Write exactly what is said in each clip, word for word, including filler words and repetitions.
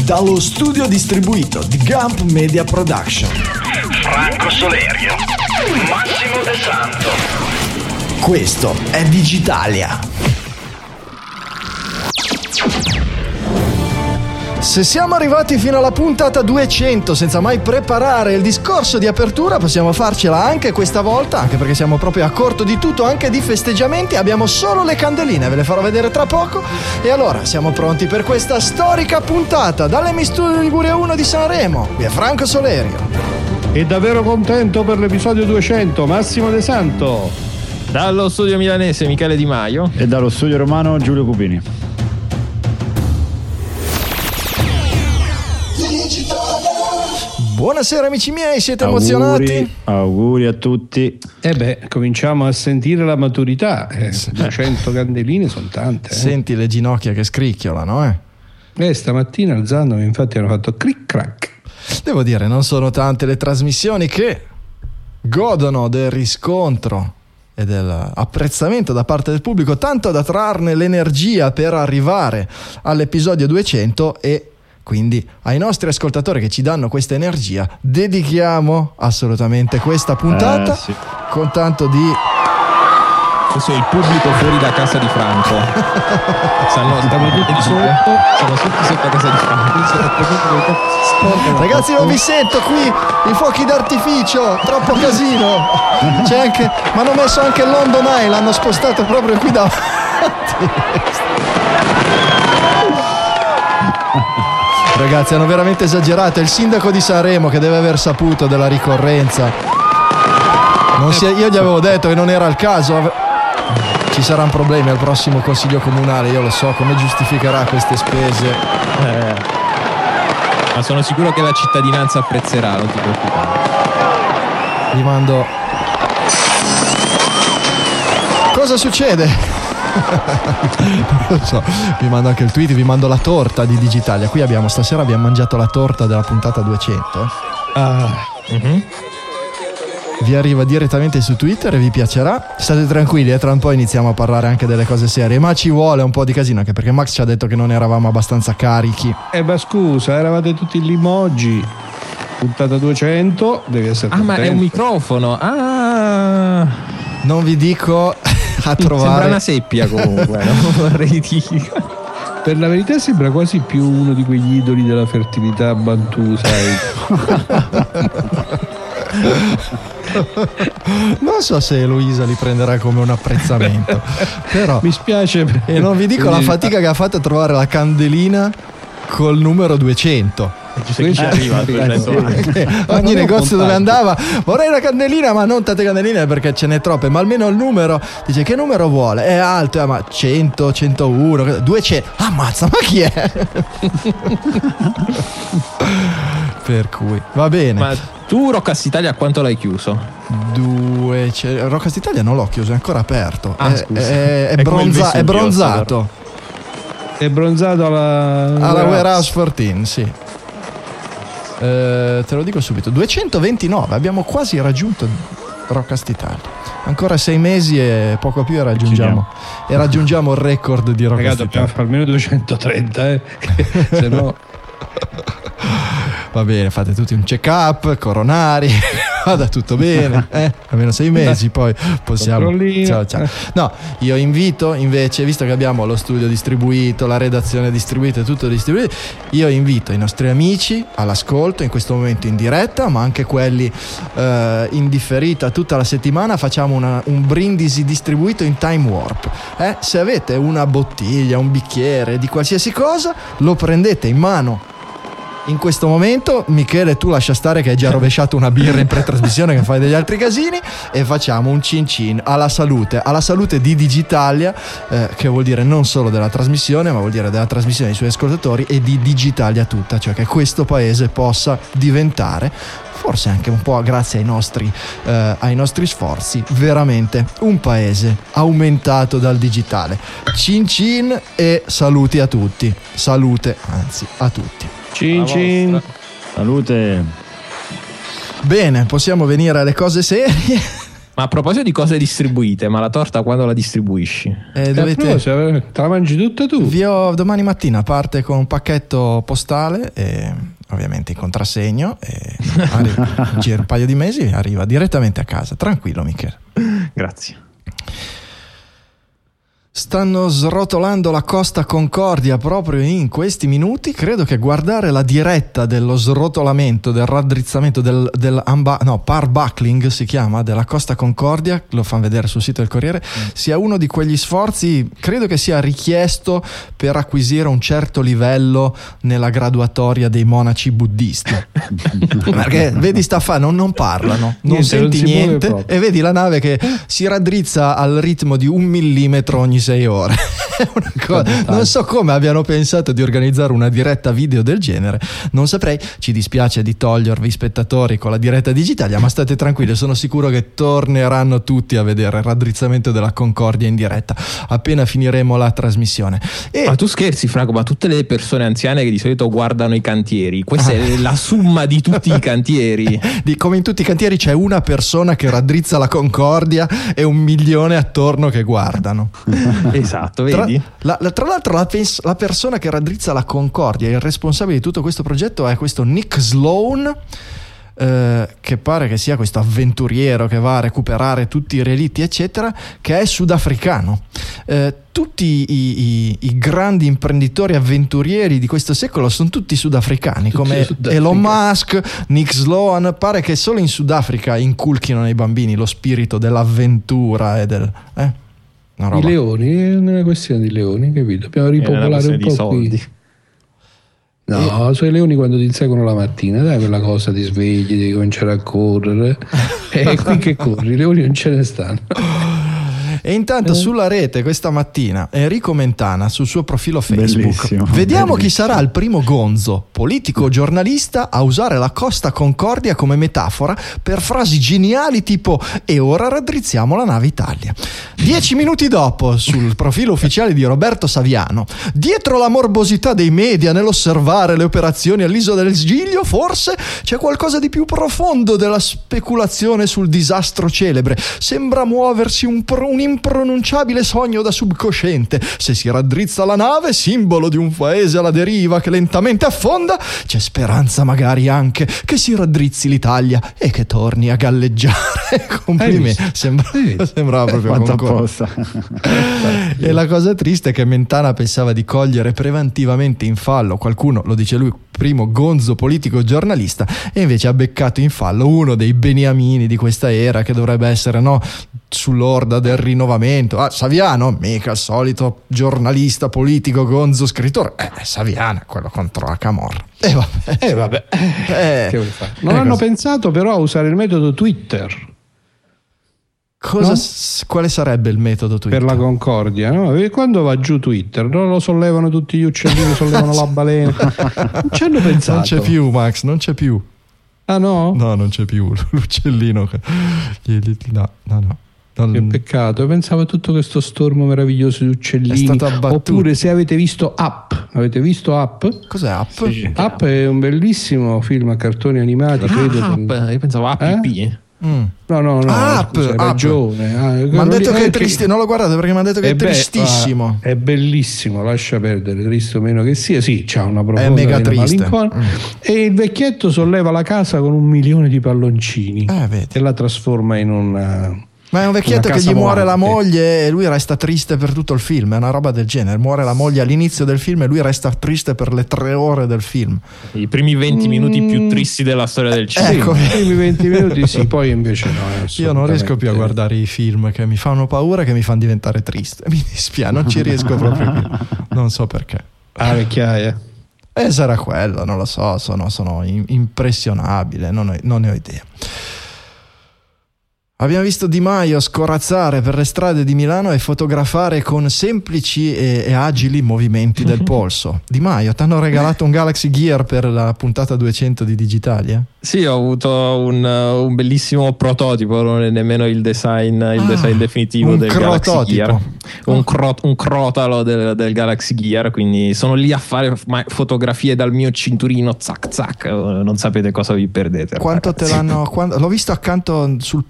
Dallo studio distribuito di Gump Media Production, Franco Solerio, Massimo De Santo. Questo è Digitalia. Se siamo arrivati fino alla puntata duecento senza mai preparare il discorso di apertura, possiamo farcela anche questa volta, anche perché siamo proprio a corto di tutto, anche di festeggiamenti. Abbiamo solo le candeline, ve le farò vedere tra poco. E allora siamo pronti per questa storica puntata dall'Emi Studio Liguria uno di Sanremo. Qui è Franco Solerio. E davvero contento per l'episodio duecento, Massimo De Santo. Dallo studio milanese Michele Di Maio. E dallo studio romano Giulio Cupini. Buonasera amici miei, siete Auguri, emozionati? Auguri a tutti. E eh beh, cominciamo a sentire la maturità. Eh, duecento candeline sono tante. Eh. Senti le ginocchia che scricchiolano, eh? Eh, stamattina alzandomi infatti hanno fatto cric crac. Devo dire, non sono tante le trasmissioni che godono del riscontro e dell'apprezzamento da parte del pubblico, tanto da trarne l'energia per arrivare all'episodio duecento. E quindi ai nostri ascoltatori che ci danno questa energia dedichiamo assolutamente questa puntata, eh, sì. con tanto di... Questo è il pubblico fuori da casa di Franco. Stanno, stanno tutti sotto, sono tutti sotto casa di Franco. Ragazzi, non vi sento qui, i fuochi d'artificio, troppo casino. C'è anche, ma hanno messo anche il London Eye, l'hanno spostato proprio qui davanti. Ragazzi, hanno veramente esagerato. È il sindaco di Sanremo che deve aver saputo della ricorrenza. Non si è, io gli avevo detto che non era il caso. Ci saranno problemi al prossimo consiglio comunale, io lo so, come giustificherà queste spese. Eh, ma sono sicuro che la cittadinanza apprezzerà, non ti preoccupare. Vi mando... Cosa succede? Non lo so, vi mando anche il tweet, vi mando la torta di Digitalia. Qui abbiamo, stasera abbiamo mangiato la torta della puntata duecento. Ah, uh-huh. Vi arriva direttamente su Twitter e vi piacerà. State tranquilli, e tra un po' iniziamo a parlare anche delle cose serie. Ma ci vuole un po' di casino, anche perché Max ci ha detto che non eravamo abbastanza carichi. eh ma scusa, eravate tutti lì oggi. Puntata duecento, devi essere Ah, contento. ma è un microfono. Ah, Non vi dico a trovare... sembra una seppia comunque. Non vorrei dire. Per la verità sembra quasi più uno di quegli idoli della fertilità Bantu, sai. Non so se Eloisa li prenderà come un apprezzamento, però mi spiace. E non vi dico la fatica che ha fatto a trovare la candelina col numero duecento. Ci arriva Ogni negozio dove andava, vorrei una candelina, ma non tante candeline perché ce n'è troppe, ma almeno il numero. Dice, che numero vuole? È alto, eh, ma cento, centouno, duecento. Ammazza, ma chi è? Per cui va bene. Ma tu Roccast Italia a quanto l'hai chiuso? Due cioè, Roccast Italia non l'ho chiuso, è ancora aperto. Ah, è, scusa. è, è, È come il bronza- è Vesuvio, bronzato. È bronzato alla Alla Warehouse quattordici, sì. Eh, te lo dico subito, duecentoventinove, abbiamo quasi raggiunto Roccast Italia. Ancora sei mesi e poco più e raggiungiamo e raggiungiamo il record di Roccast Ragazzi, dobbiamo Italia. fare almeno duecentotrenta, eh. Se no Va bene, fate tutti un check up coronari, vada tutto bene, eh? Almeno sei mesi, poi possiamo. Ciao, ciao. No, io invito invece, visto che abbiamo lo studio distribuito, la redazione distribuita e tutto distribuito, io invito i nostri amici all'ascolto in questo momento in diretta, ma anche quelli eh, in differita tutta la settimana. Facciamo una, un brindisi distribuito in time warp. Eh? Se avete una bottiglia, un bicchiere di qualsiasi cosa, lo prendete in mano. In questo momento, Michele, tu lascia stare che hai già rovesciato una birra in pre-trasmissione, che fai degli altri casini, e facciamo un cin cin alla salute, alla salute di Digitalia, eh, che vuol dire non solo della trasmissione, ma vuol dire della trasmissione dei suoi ascoltatori e di Digitalia tutta, cioè che questo paese possa diventare, forse anche un po' grazie ai nostri, eh, ai nostri sforzi, veramente un paese aumentato dal digitale. Cin cin e saluti a tutti, salute anzi a tutti. Cin cin. Salute. Bene, possiamo venire alle cose serie. Ma a proposito di cose distribuite, ma la torta quando la distribuisci? Eh, dovete... te la mangi tutta tu? Vi ho, domani mattina parte con un pacchetto postale e ovviamente in contrassegno e arriva, gira un paio di mesi e arriva direttamente a casa. Tranquillo, Michele. Grazie. Stanno srotolando la Costa Concordia proprio in questi minuti. Credo che guardare la diretta dello srotolamento, del raddrizzamento, del, del amba, no, parbuckling si chiama, della Costa Concordia, lo fanno vedere sul sito del Corriere, mm. sia uno di quegli sforzi, credo che sia richiesto per acquisire un certo livello nella graduatoria dei monaci buddisti. Perché vedi sta fa, non, non parlano, non niente, senti non niente e vedi la nave che si raddrizza al ritmo di un millimetro ogni sei ore. Una cosa, non so come abbiano pensato di organizzare una diretta video del genere, non saprei. Ci dispiace di togliervi spettatori con la diretta digitale, ma state tranquilli, sono sicuro che torneranno tutti a vedere il raddrizzamento della Concordia in diretta appena finiremo la trasmissione. E... ma tu scherzi, Franco? Ma tutte le persone anziane che di solito guardano i cantieri, questa ah. è la somma di tutti i cantieri. Di, come in tutti i cantieri c'è una persona che raddrizza la Concordia e un milione attorno che guardano. Esatto, vedi? Tra, la, la, tra l'altro la, pens- la persona che raddrizza la Concordia, il responsabile di tutto questo progetto è questo Nick Sloan, eh, che pare che sia questo avventuriero che va a recuperare tutti i relitti eccetera, che è sudafricano. Eh, tutti i, i, i grandi imprenditori avventurieri di questo secolo sono tutti sudafricani, tutti come Sudafrica. Elon Musk, Nick Sloan. Pare che solo in Sudafrica inculchino nei bambini lo spirito dell'avventura e del... Eh? I leoni, è una questione di leoni, capito? Dobbiamo ripopolare un po' qui. No, e... sono i leoni quando ti inseguono la mattina, dai, quella cosa ti svegli, devi cominciare a correre. E qui che corri, i leoni non ce ne stanno. E intanto eh. sulla rete questa mattina Enrico Mentana sul suo profilo Facebook, bellissimo, vediamo bellissimo. chi sarà il primo gonzo, politico o giornalista, a usare la Costa Concordia come metafora per frasi geniali tipo e ora raddrizziamo la nave Italia. Dieci minuti dopo sul profilo ufficiale di Roberto Saviano, dietro la morbosità dei media nell'osservare le operazioni all'isola del Giglio forse c'è qualcosa di più profondo della speculazione sul disastro celebre. Sembra muoversi un, pro, un impronunciabile sogno da subconsciente. Se si raddrizza la nave, simbolo di un paese alla deriva che lentamente affonda, c'è speranza magari anche che si raddrizzi l'Italia e che torni a galleggiare. Complimenti, Sembra, sembrava proprio concorso. E la cosa triste è che Mentana pensava di cogliere preventivamente in fallo qualcuno, lo dice lui, primo gonzo politico giornalista, e invece ha beccato in fallo uno dei beniamini di questa era che dovrebbe essere, no, sull'orda del rinnovamento. Ah, Saviano, mica il solito giornalista politico gonzo scrittore, eh, Saviano è quello contro la camorra. E eh, vabbè, eh, vabbè. Eh, che vuoi fare? Non eh, hanno cosa? pensato però a usare il metodo Twitter. Cosa, no? s- quale sarebbe il metodo Twitter? Per la Concordia, no? Quando va giù Twitter, non lo sollevano tutti gli uccellini, sollevano la balena. Non ci hanno pensato. Non c'è più, Max, non c'è più. Ah no? No, non c'è più l'uccellino. No, no, no. Non... Che peccato, pensavo a tutto questo stormo meraviglioso di uccellini. Oppure se avete visto Up, avete visto Up? Cos'è Up? Sì, Up è un bellissimo film a cartoni animati, ah, credo. Up, del... io pensavo App eh? Mm. No, no, no, ah, scusa, hai ragione. Ah, mi hanno detto che è triste, non l'ho guardato perché mi hanno detto che è, è tristissimo. Be- ah, è bellissimo, lascia perdere, triste o meno che sia. Sì, c'ha una profonda è mega triste. Mm. E il vecchietto solleva la casa con un milione di palloncini eh, vedi. e la trasforma in una... Ma è un vecchietto che gli muore la moglie e lui resta triste per tutto il film. È una roba del genere. Muore la moglie all'inizio del film e lui resta triste per le tre ore del film. I primi venti minuti mm. più tristi della storia del cinema. Ecco. I primi venti minuti sì, poi invece no. Io non riesco più a guardare i film che mi fanno paura e che mi fanno diventare triste. Mi dispiace, non ci riesco proprio più. Non so perché. Ah, vecchiaia. Eh, sarà quello, non lo so. Sono, sono impressionabile, non ho, non ne ho idea. Abbiamo visto Di Maio scorazzare per le strade di Milano e fotografare con semplici e, e agili movimenti del polso. Di Maio, ti hanno regalato un Galaxy Gear per la puntata duecento di Digitalia? Sì, ho avuto un, un bellissimo prototipo, non è nemmeno il design, il ah, design definitivo del crototipo. Galaxy Gear. Un, cro, un crotalo del, del Galaxy Gear, quindi sono lì a fare fotografie dal mio cinturino, zac zac, non sapete cosa vi perdete. Quanto ragazzi. te l'hanno? Quando, l'ho visto accanto sul polso accanto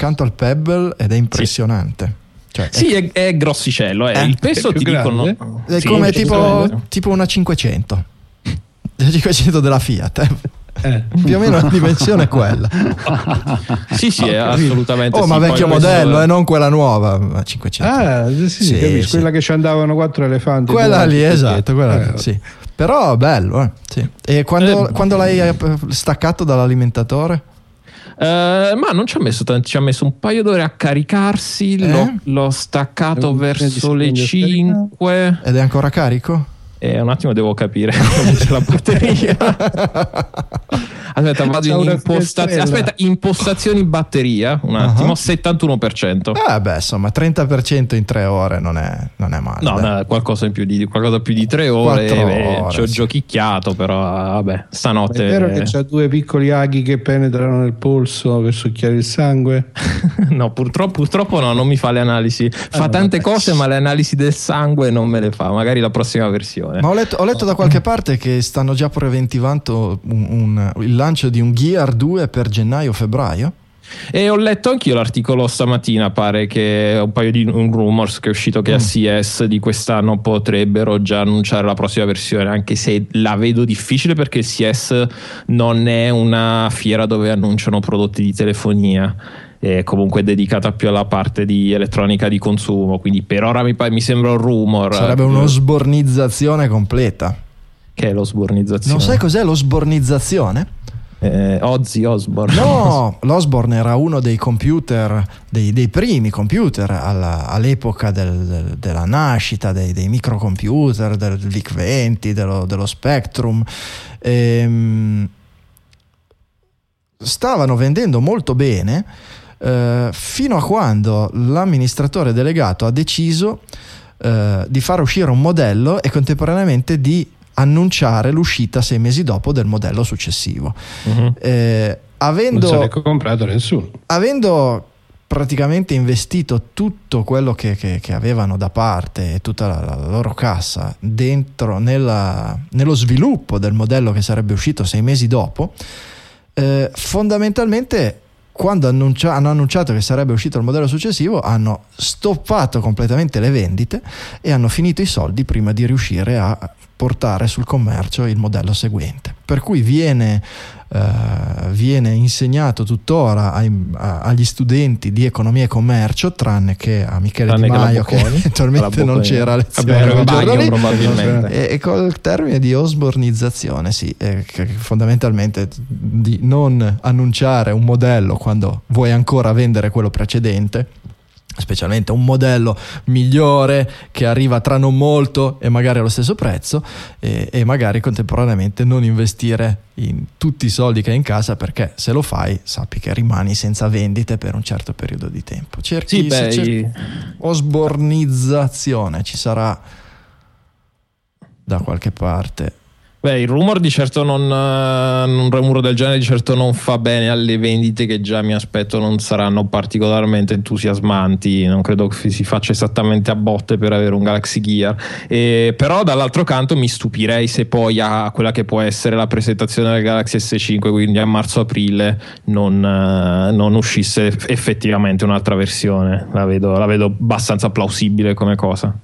accanto al Pebble ed è impressionante. Sì, cioè, sì è, è, è grossicello, è. Eh, il peso ti dicono è sì, come tipo, tipo una cinquecento la cinquecento della Fiat. Eh. Più o meno la dimensione è quella. Sì, sì, è assolutamente. Oh, sì, ma vecchio modello, e eh, non quella nuova. Ma cinquecento. Ah, sì, sì, sì, capisco. Quella che ci andavano quattro elefanti. Quella lì, esatto. Quella, eh. sì. Però bello, eh. Sì. E quando, eh. quando l'hai staccato dall'alimentatore? Uh, ma non ci ha messo tanto, ci ha messo un paio d'ore a caricarsi. Eh? L'ho, l'ho staccato verso le cinque. Ed è ancora carico? Eh, un attimo devo capire come c'è la batteria. Aspetta, vado in impostazioni. Aspetta, impostazioni batteria. Un attimo, uh-huh. settantuno per cento. Eh beh, insomma, trenta per cento in tre ore non è, non è male. No, no, qualcosa in più di qualcosa più di tre ore. Beh, ore ci ho sì. giochicchiato, però vabbè, stanotte. È vero che c'ha due piccoli aghi che penetrano nel polso per succhiare il sangue? No, purtroppo, purtroppo no, non mi fa le analisi. Fa ah, tante vabbè. cose, ma le analisi del sangue non me le fa. Magari la prossima versione. Ma ho letto, ho letto da qualche parte che stanno già preventivando un, un, il lancio di un Gear due per gennaio-febbraio. E ho letto anch'io l'articolo stamattina, pare che un paio di un rumors che è uscito che mm. a C E S di quest'anno potrebbero già annunciare la prossima versione, anche se la vedo difficile perché il C E S non è una fiera dove annunciano prodotti di telefonia, è comunque dedicata più alla parte di elettronica di consumo, quindi per ora mi, mi sembra un rumor. Sarebbe un'osbornizzazione completa. Che è l'osbornizzazione? Non sai cos'è l'osbornizzazione? Eh, Ozzy Osbourne. No, l'Osborne era uno dei computer, dei, dei primi computer alla, all'epoca del, del, della nascita dei, dei microcomputer, del V I C venti, dello, dello Spectrum. Ehm, stavano vendendo molto bene eh, fino a quando l'amministratore delegato ha deciso eh, di far uscire un modello e contemporaneamente di annunciare l'uscita sei mesi dopo del modello successivo. Uh-huh. Eh, avendo, non se l'è comprato nessuno. Avendo praticamente investito tutto quello che, che, che avevano da parte e tutta la, la loro cassa dentro nella, nello sviluppo del modello che sarebbe uscito sei mesi dopo, eh, fondamentalmente quando annuncia, hanno annunciato che sarebbe uscito il modello successivo hanno stoppato completamente le vendite e hanno finito i soldi prima di riuscire a portare sul commercio il modello seguente, per cui viene, uh, viene insegnato tuttora ai, a, agli studenti di economia e commercio, tranne che a Michele tranne Di Maio che, che eventualmente non c'era a lezione quel giorno lì, probabilmente. E, e col termine di osbornizzazione, sì, eh, che fondamentalmente di non annunciare un modello quando vuoi ancora vendere quello precedente, specialmente un modello migliore che arriva tra non molto e magari allo stesso prezzo, e, e magari contemporaneamente non investire in tutti i soldi che hai in casa, perché se lo fai sappi che rimani senza vendite per un certo periodo di tempo. Cerchi, sì, beh, cerchi osbornizzazione ci sarà da qualche parte. Beh, il rumor di certo non un rumore del genere di certo non fa bene alle vendite, che già mi aspetto non saranno particolarmente entusiasmanti. Non credo che si faccia esattamente a botte per avere un Galaxy Gear, e però dall'altro canto mi stupirei se poi a quella che può essere la presentazione del Galaxy S cinque, quindi a marzo-aprile, non, non uscisse effettivamente un'altra versione. La vedo, la vedo abbastanza plausibile come cosa.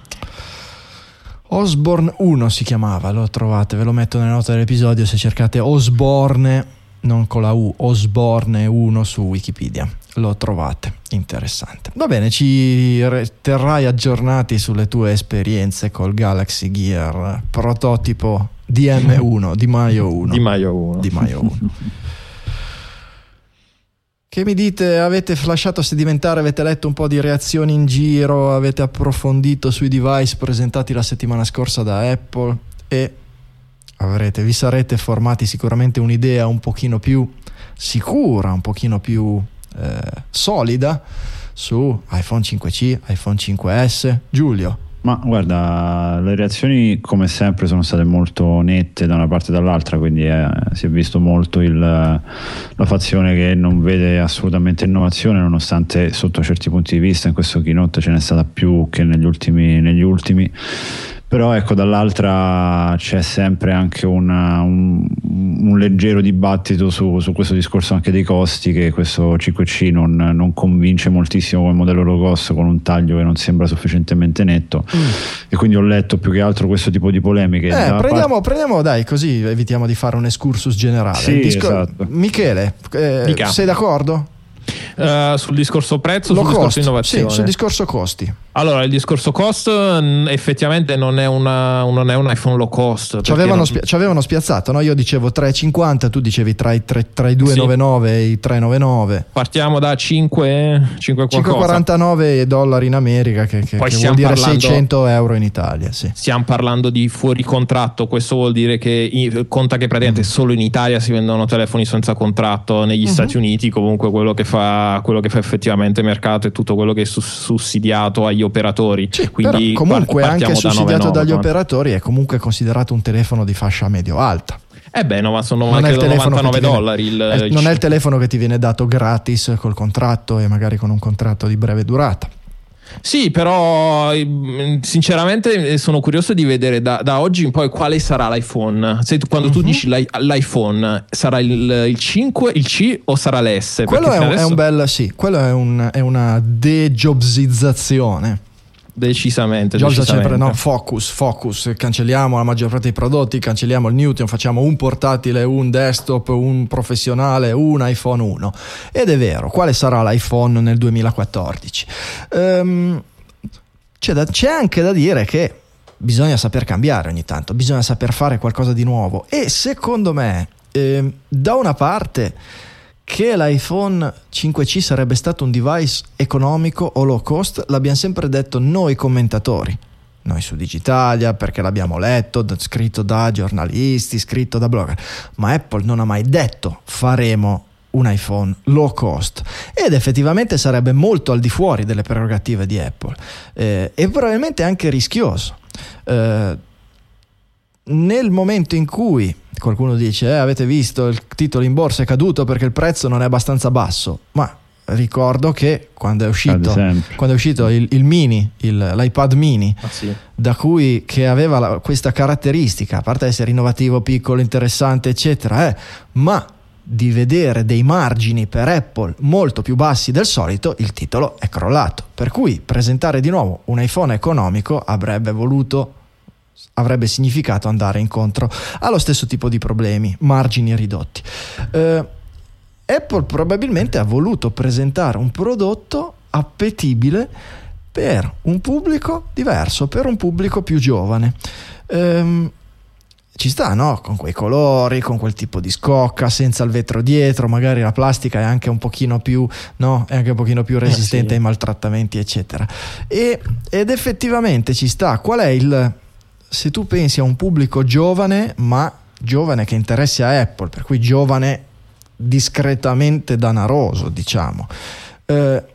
Osborne uno si chiamava, lo trovate, ve lo metto nelle note dell'episodio se cercate Osborne, non con la U, Osborne uno su Wikipedia, lo trovate, interessante. Va bene, ci terrai aggiornati sulle tue esperienze col Galaxy Gear prototipo D M uno, Di Maio uno. Di Maio uno. Di Maio uno. Che mi dite? Avete flashato sedimentare, avete letto un po' di reazioni in giro, avete approfondito sui device presentati la settimana scorsa da Apple e avrete, vi sarete formati sicuramente un'idea un pochino più sicura, un pochino più eh, solida su iPhone cinque C, iPhone cinque S. Giulio? Ma guarda, le reazioni come sempre sono state molto nette da una parte e dall'altra, quindi eh, si è visto molto il, la fazione che non vede assolutamente innovazione, nonostante sotto certi punti di vista in questo keynote ce n'è stata più che negli ultimi, negli ultimi. Però ecco, dall'altra c'è sempre anche una, un, un leggero dibattito su, su questo discorso anche dei costi, che questo cinque C non, non convince moltissimo come modello low cost, con un taglio che non sembra sufficientemente netto, mm. e quindi ho letto più che altro questo tipo di polemiche. Eh, prendiamo, parte... prendiamo dai, così evitiamo di fare un excursus generale. Sì, discor- esatto. Michele, eh, sei d'accordo? Uh, sul discorso prezzo, Low sul cost, discorso innovazione? Sì, sul discorso costi. Allora, il discorso cost effettivamente non è, una, non è un iPhone low cost. Ci avevano, non... spia- ci avevano spiazzato, no? Io dicevo tre e cinquanta, tu dicevi tra i, tre, tra i due e novantanove sì. e i tre e novantanove. Partiamo da cinque, cinque e quarantanove dollari in America, che, che, che vuol dire parlando, seicento euro in Italia. Sì. Stiamo parlando di fuori contratto, questo vuol dire che conta che praticamente mm. solo in Italia si vendono telefoni senza contratto, negli mm-hmm. Stati Uniti comunque quello che fa quello che fa effettivamente mercato è tutto quello che è sussidiato agli operatori. Sì, quindi comunque anche sussidiato dagli operatori è comunque considerato un telefono di fascia medio-alta. Eh beh, no, ma sono non credo novantanove dollari. Il, è, il non è il telefono che ti viene dato gratis col contratto e magari con un contratto di breve durata. Sì, però sinceramente sono curioso di vedere da, da oggi in poi quale sarà l'iPhone. Se tu, quando uh-huh. tu dici l'i, l'iPhone, sarà il, il cinque, il C o sarà l'S? Quello è un, adesso... è un bel sì, quello è, un, è una de-jobsizzazione. Decisamente, Giorgia decisamente. sempre no, focus, focus, cancelliamo la maggior parte dei prodotti, cancelliamo il Newton, facciamo un portatile, un desktop, un professionale, un iPhone uno. Ed è vero, quale sarà l'iPhone nel duemilaquattordici? Um, c'è, da, c'è anche da dire che bisogna saper cambiare ogni tanto, bisogna saper fare qualcosa di nuovo e secondo me eh, da una parte che l'iPhone cinque C sarebbe stato un device economico o low cost l'abbiamo sempre detto noi commentatori, noi su Digitalia, perché l'abbiamo letto, scritto da giornalisti, scritto da blogger, ma Apple non ha mai detto faremo un iPhone low cost ed effettivamente sarebbe molto al di fuori delle prerogative di Apple eh, e probabilmente anche rischioso. Eh, nel momento in cui qualcuno dice eh, avete visto il titolo in borsa è caduto perché il prezzo non è abbastanza basso, ma ricordo che quando è uscito, quando è uscito il, il mini, il, l'iPad mini ah, sì. da cui che aveva la, questa caratteristica, a parte essere innovativo, piccolo, interessante eccetera, eh, ma di vedere dei margini per Apple molto più bassi del solito, il titolo è crollato, per cui presentare di nuovo un iPhone economico avrebbe voluto avrebbe significato andare incontro allo stesso tipo di problemi, margini ridotti. eh, Apple probabilmente ha voluto presentare un prodotto appetibile per un pubblico diverso, per un pubblico più giovane. ehm, ci sta, no? Con quei colori, con quel tipo di scocca, senza il vetro dietro, magari la plastica è anche un pochino più, no? È anche un pochino più resistente eh, sì. ai maltrattamenti eccetera e, ed effettivamente ci sta. Qual è il se tu pensi a un pubblico giovane, ma giovane che interessi a Apple, per cui giovane discretamente danaroso, diciamo, eh,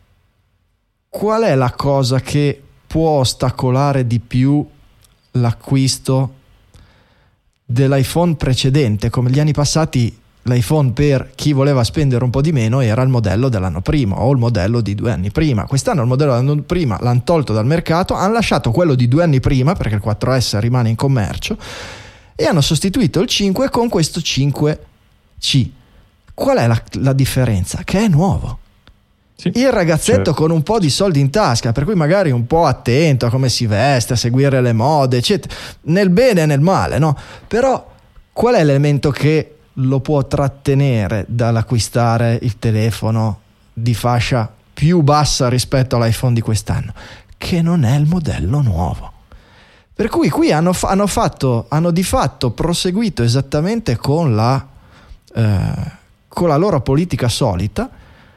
qual è la cosa che può ostacolare di più l'acquisto dell'iPhone precedente? Come gli anni passati l'iPhone per chi voleva spendere un po' di meno era il modello dell'anno prima o il modello di due anni prima. Quest'anno il modello dell'anno prima l'hanno tolto dal mercato, hanno lasciato quello di due anni prima perché il quattro S rimane in commercio e hanno sostituito il cinque con questo cinque C. Qual è la, la differenza? Che è nuovo. Sì, il ragazzetto certo. con un po' di soldi in tasca, per cui magari un po' attento a come si veste, a seguire le mode eccetera, nel bene e nel male, no? Però qual è l'elemento che lo può trattenere dall'acquistare il telefono di fascia più bassa rispetto all'iPhone di quest'anno? Che non è il modello nuovo. Per cui qui hanno, hanno fatto, hanno di fatto proseguito esattamente con la, eh, con la loro politica solita,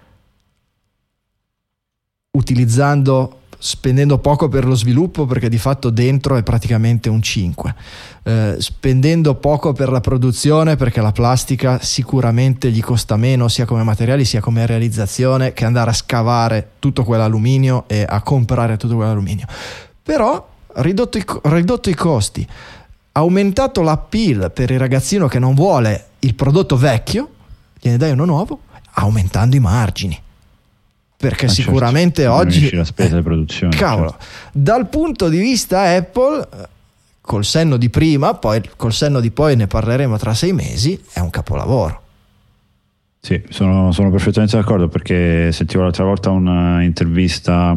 utilizzando spendendo poco per lo sviluppo perché di fatto dentro è praticamente un cinque, eh, spendendo poco per la produzione perché la plastica sicuramente gli costa meno sia come materiali sia come realizzazione che andare a scavare tutto quell'alluminio e a comprare tutto quell'alluminio, però ridotto i, ridotto i costi, aumentato l'appeal per il ragazzino che non vuole il prodotto vecchio, gliene dai uno nuovo, aumentando i margini. perché ah, sicuramente certo. oggi la spesa eh, di produzione, cavolo, certo. Dal punto di vista Apple, col senno di prima, poi col senno di poi ne parleremo tra sei mesi, è un capolavoro. Sì, sono, sono perfettamente d'accordo, perché sentivo l'altra volta un'intervista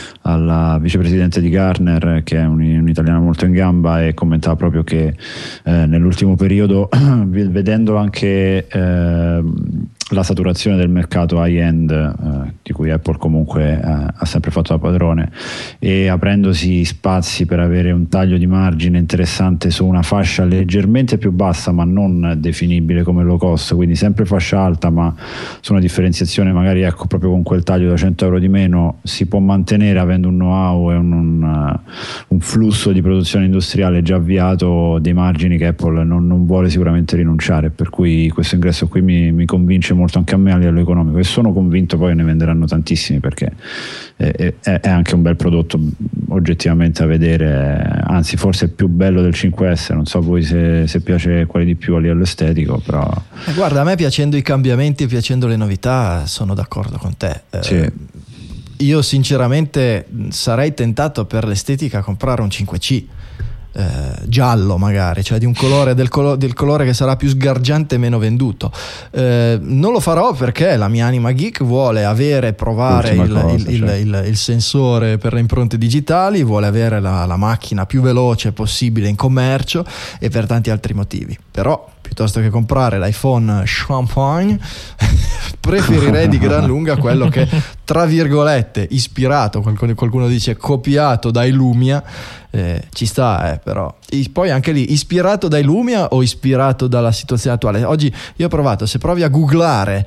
alla vicepresidente di Gartner, che è un, un'italiana molto in gamba, e commentava proprio che eh, nell'ultimo periodo, vedendo anche eh, la saturazione del mercato high-end, eh, di cui Apple comunque eh, ha sempre fatto da padrone, e aprendosi spazi per avere un taglio di margine interessante su una fascia leggermente più bassa, ma non definibile come low cost, quindi sempre fascia alta, ma su una differenziazione magari, ecco, proprio con quel taglio da cento euro di meno si può mantenere, avendo un know-how e un, un, un flusso di produzione industriale già avviato, dei margini che Apple non, non vuole sicuramente rinunciare, per cui questo ingresso qui mi, mi convince molto anche a me a livello economico, e sono convinto poi che ne venderanno tantissimi, perché è, è, è anche un bel prodotto oggettivamente a vedere, anzi forse è più bello del cinque S, non so a voi se, se piace quale di più a livello estetico, però eh, guarda, a me piacendo i cambiamenti e piacendo le novità sono d'accordo con te. eh, sì. Io sinceramente sarei tentato per l'estetica a comprare un cinque C eh, giallo, magari, cioè di un colore del, colo- del colore che sarà più sgargiante e meno venduto. Eh, non lo farò perché la mia anima geek vuole avere, provare il, cosa, il, cioè. il, il, il sensore per le impronte digitali, vuole avere la, la macchina più veloce possibile in commercio e per tanti altri motivi. Però piuttosto che comprare l'iPhone Champagne preferirei di gran lunga quello che, tra virgolette, ispirato, qualcuno, qualcuno dice copiato dai Lumia, eh, ci sta, eh, però poi anche lì ispirato dai Lumia o ispirato dalla situazione attuale. Oggi io ho provato, se provi a googlare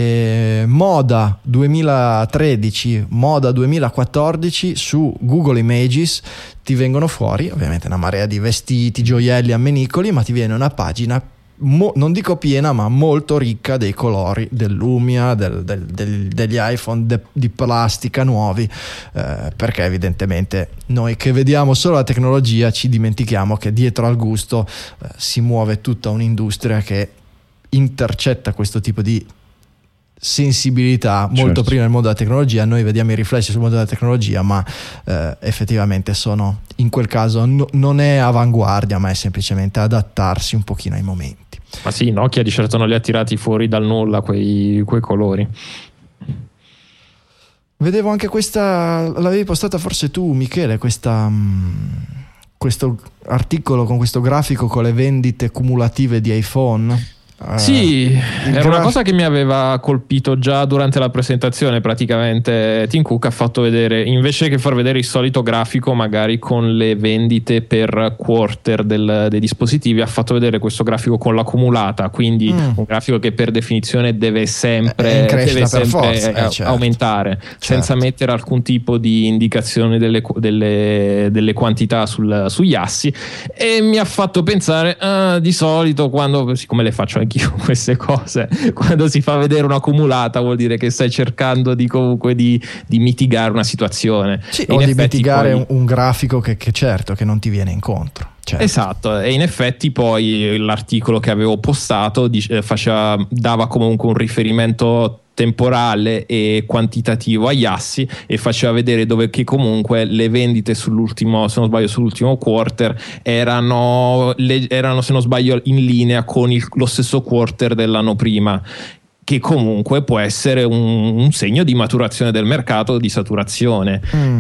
eh, moda duemilatredici, moda duemilaquattordici su Google Images, ti vengono fuori ovviamente una marea di vestiti, gioielli, ammenicoli, ma ti viene una pagina Mo, non dico piena, ma molto ricca dei colori del Lumia, del, del, del, degli iPhone de, di plastica nuovi, eh, perché evidentemente noi che vediamo solo la tecnologia ci dimentichiamo che dietro al gusto eh, si muove tutta un'industria che intercetta questo tipo di sensibilità molto certo. prima nel mondo della tecnologia. Noi vediamo i riflessi sul mondo della tecnologia, ma eh, effettivamente sono, in quel caso no, non è avanguardia, ma è semplicemente adattarsi un pochino ai momenti. Ma sì, Nokia di certo non li ha tirati fuori dal nulla quei, quei colori. Vedevo anche questa, l'avevi postata forse tu, Michele, questa questo articolo con questo grafico con le vendite cumulative di iPhone. Sì, uh, era graf- una cosa che mi aveva colpito già durante la presentazione. Praticamente Tim Cook ha fatto vedere, invece che far vedere il solito grafico magari con le vendite per quarter del, dei dispositivi, ha fatto vedere questo grafico con l'accumulata, quindi mm. un grafico che per definizione deve sempre, deve sempre forza, eh, certo. aumentare, certo. senza mettere alcun tipo di indicazione delle, delle, delle quantità sul, sugli assi, e mi ha fatto pensare ah, di solito quando, siccome le faccio anch'io queste cose, quando si fa vedere un'accumulata vuol dire che stai cercando di comunque di, di mitigare una situazione, sì, o di mitigare poi, un, un grafico che, che certo che non ti viene incontro. Certo. Esatto, e in effetti poi l'articolo che avevo postato dice, faceva, dava comunque un riferimento temporale e quantitativo agli assi, e faceva vedere dove che comunque le vendite sull'ultimo, se non sbaglio sull'ultimo quarter erano, le, erano se non sbaglio in linea con il, lo stesso quarter dell'anno prima, che comunque può essere un, un segno di maturazione del mercato, di saturazione. Mm.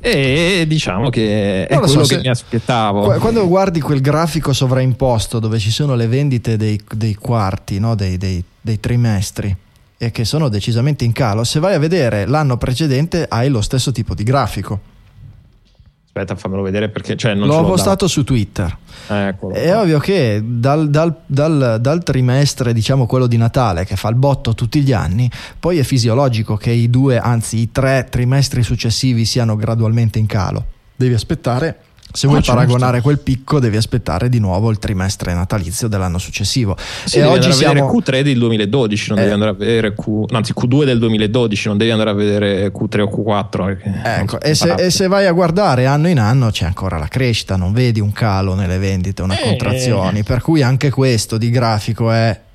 E diciamo che è quello so, che mi aspettavo. Quando guardi quel grafico sovraimposto dove ci sono le vendite dei, dei quarti, no? dei, dei, dei trimestri, e che sono decisamente in calo, se vai a vedere l'anno precedente hai lo stesso tipo di grafico. Aspetta, fammelo vedere perché cioè, non l'ho postato su Twitter. Eccolo. È ovvio che dal, dal, dal, dal trimestre, diciamo quello di Natale, che fa il botto tutti gli anni, poi è fisiologico che i due, anzi i tre trimestri successivi siano gradualmente in calo. Devi aspettare. Se vuoi ah, paragonare certo. quel picco, devi aspettare di nuovo il trimestre natalizio dell'anno successivo. Sì, e devi oggi andare siamo... a vedere Q tre del duemiladodici, non eh. devi andare a vedere Q... anzi Q due del duemiladodici, non devi andare a vedere Q tre o Q quattro. Ecco, e se, e se vai a guardare anno in anno c'è ancora la crescita, non vedi un calo nelle vendite, una eh. contrazione, per cui anche questo di grafico è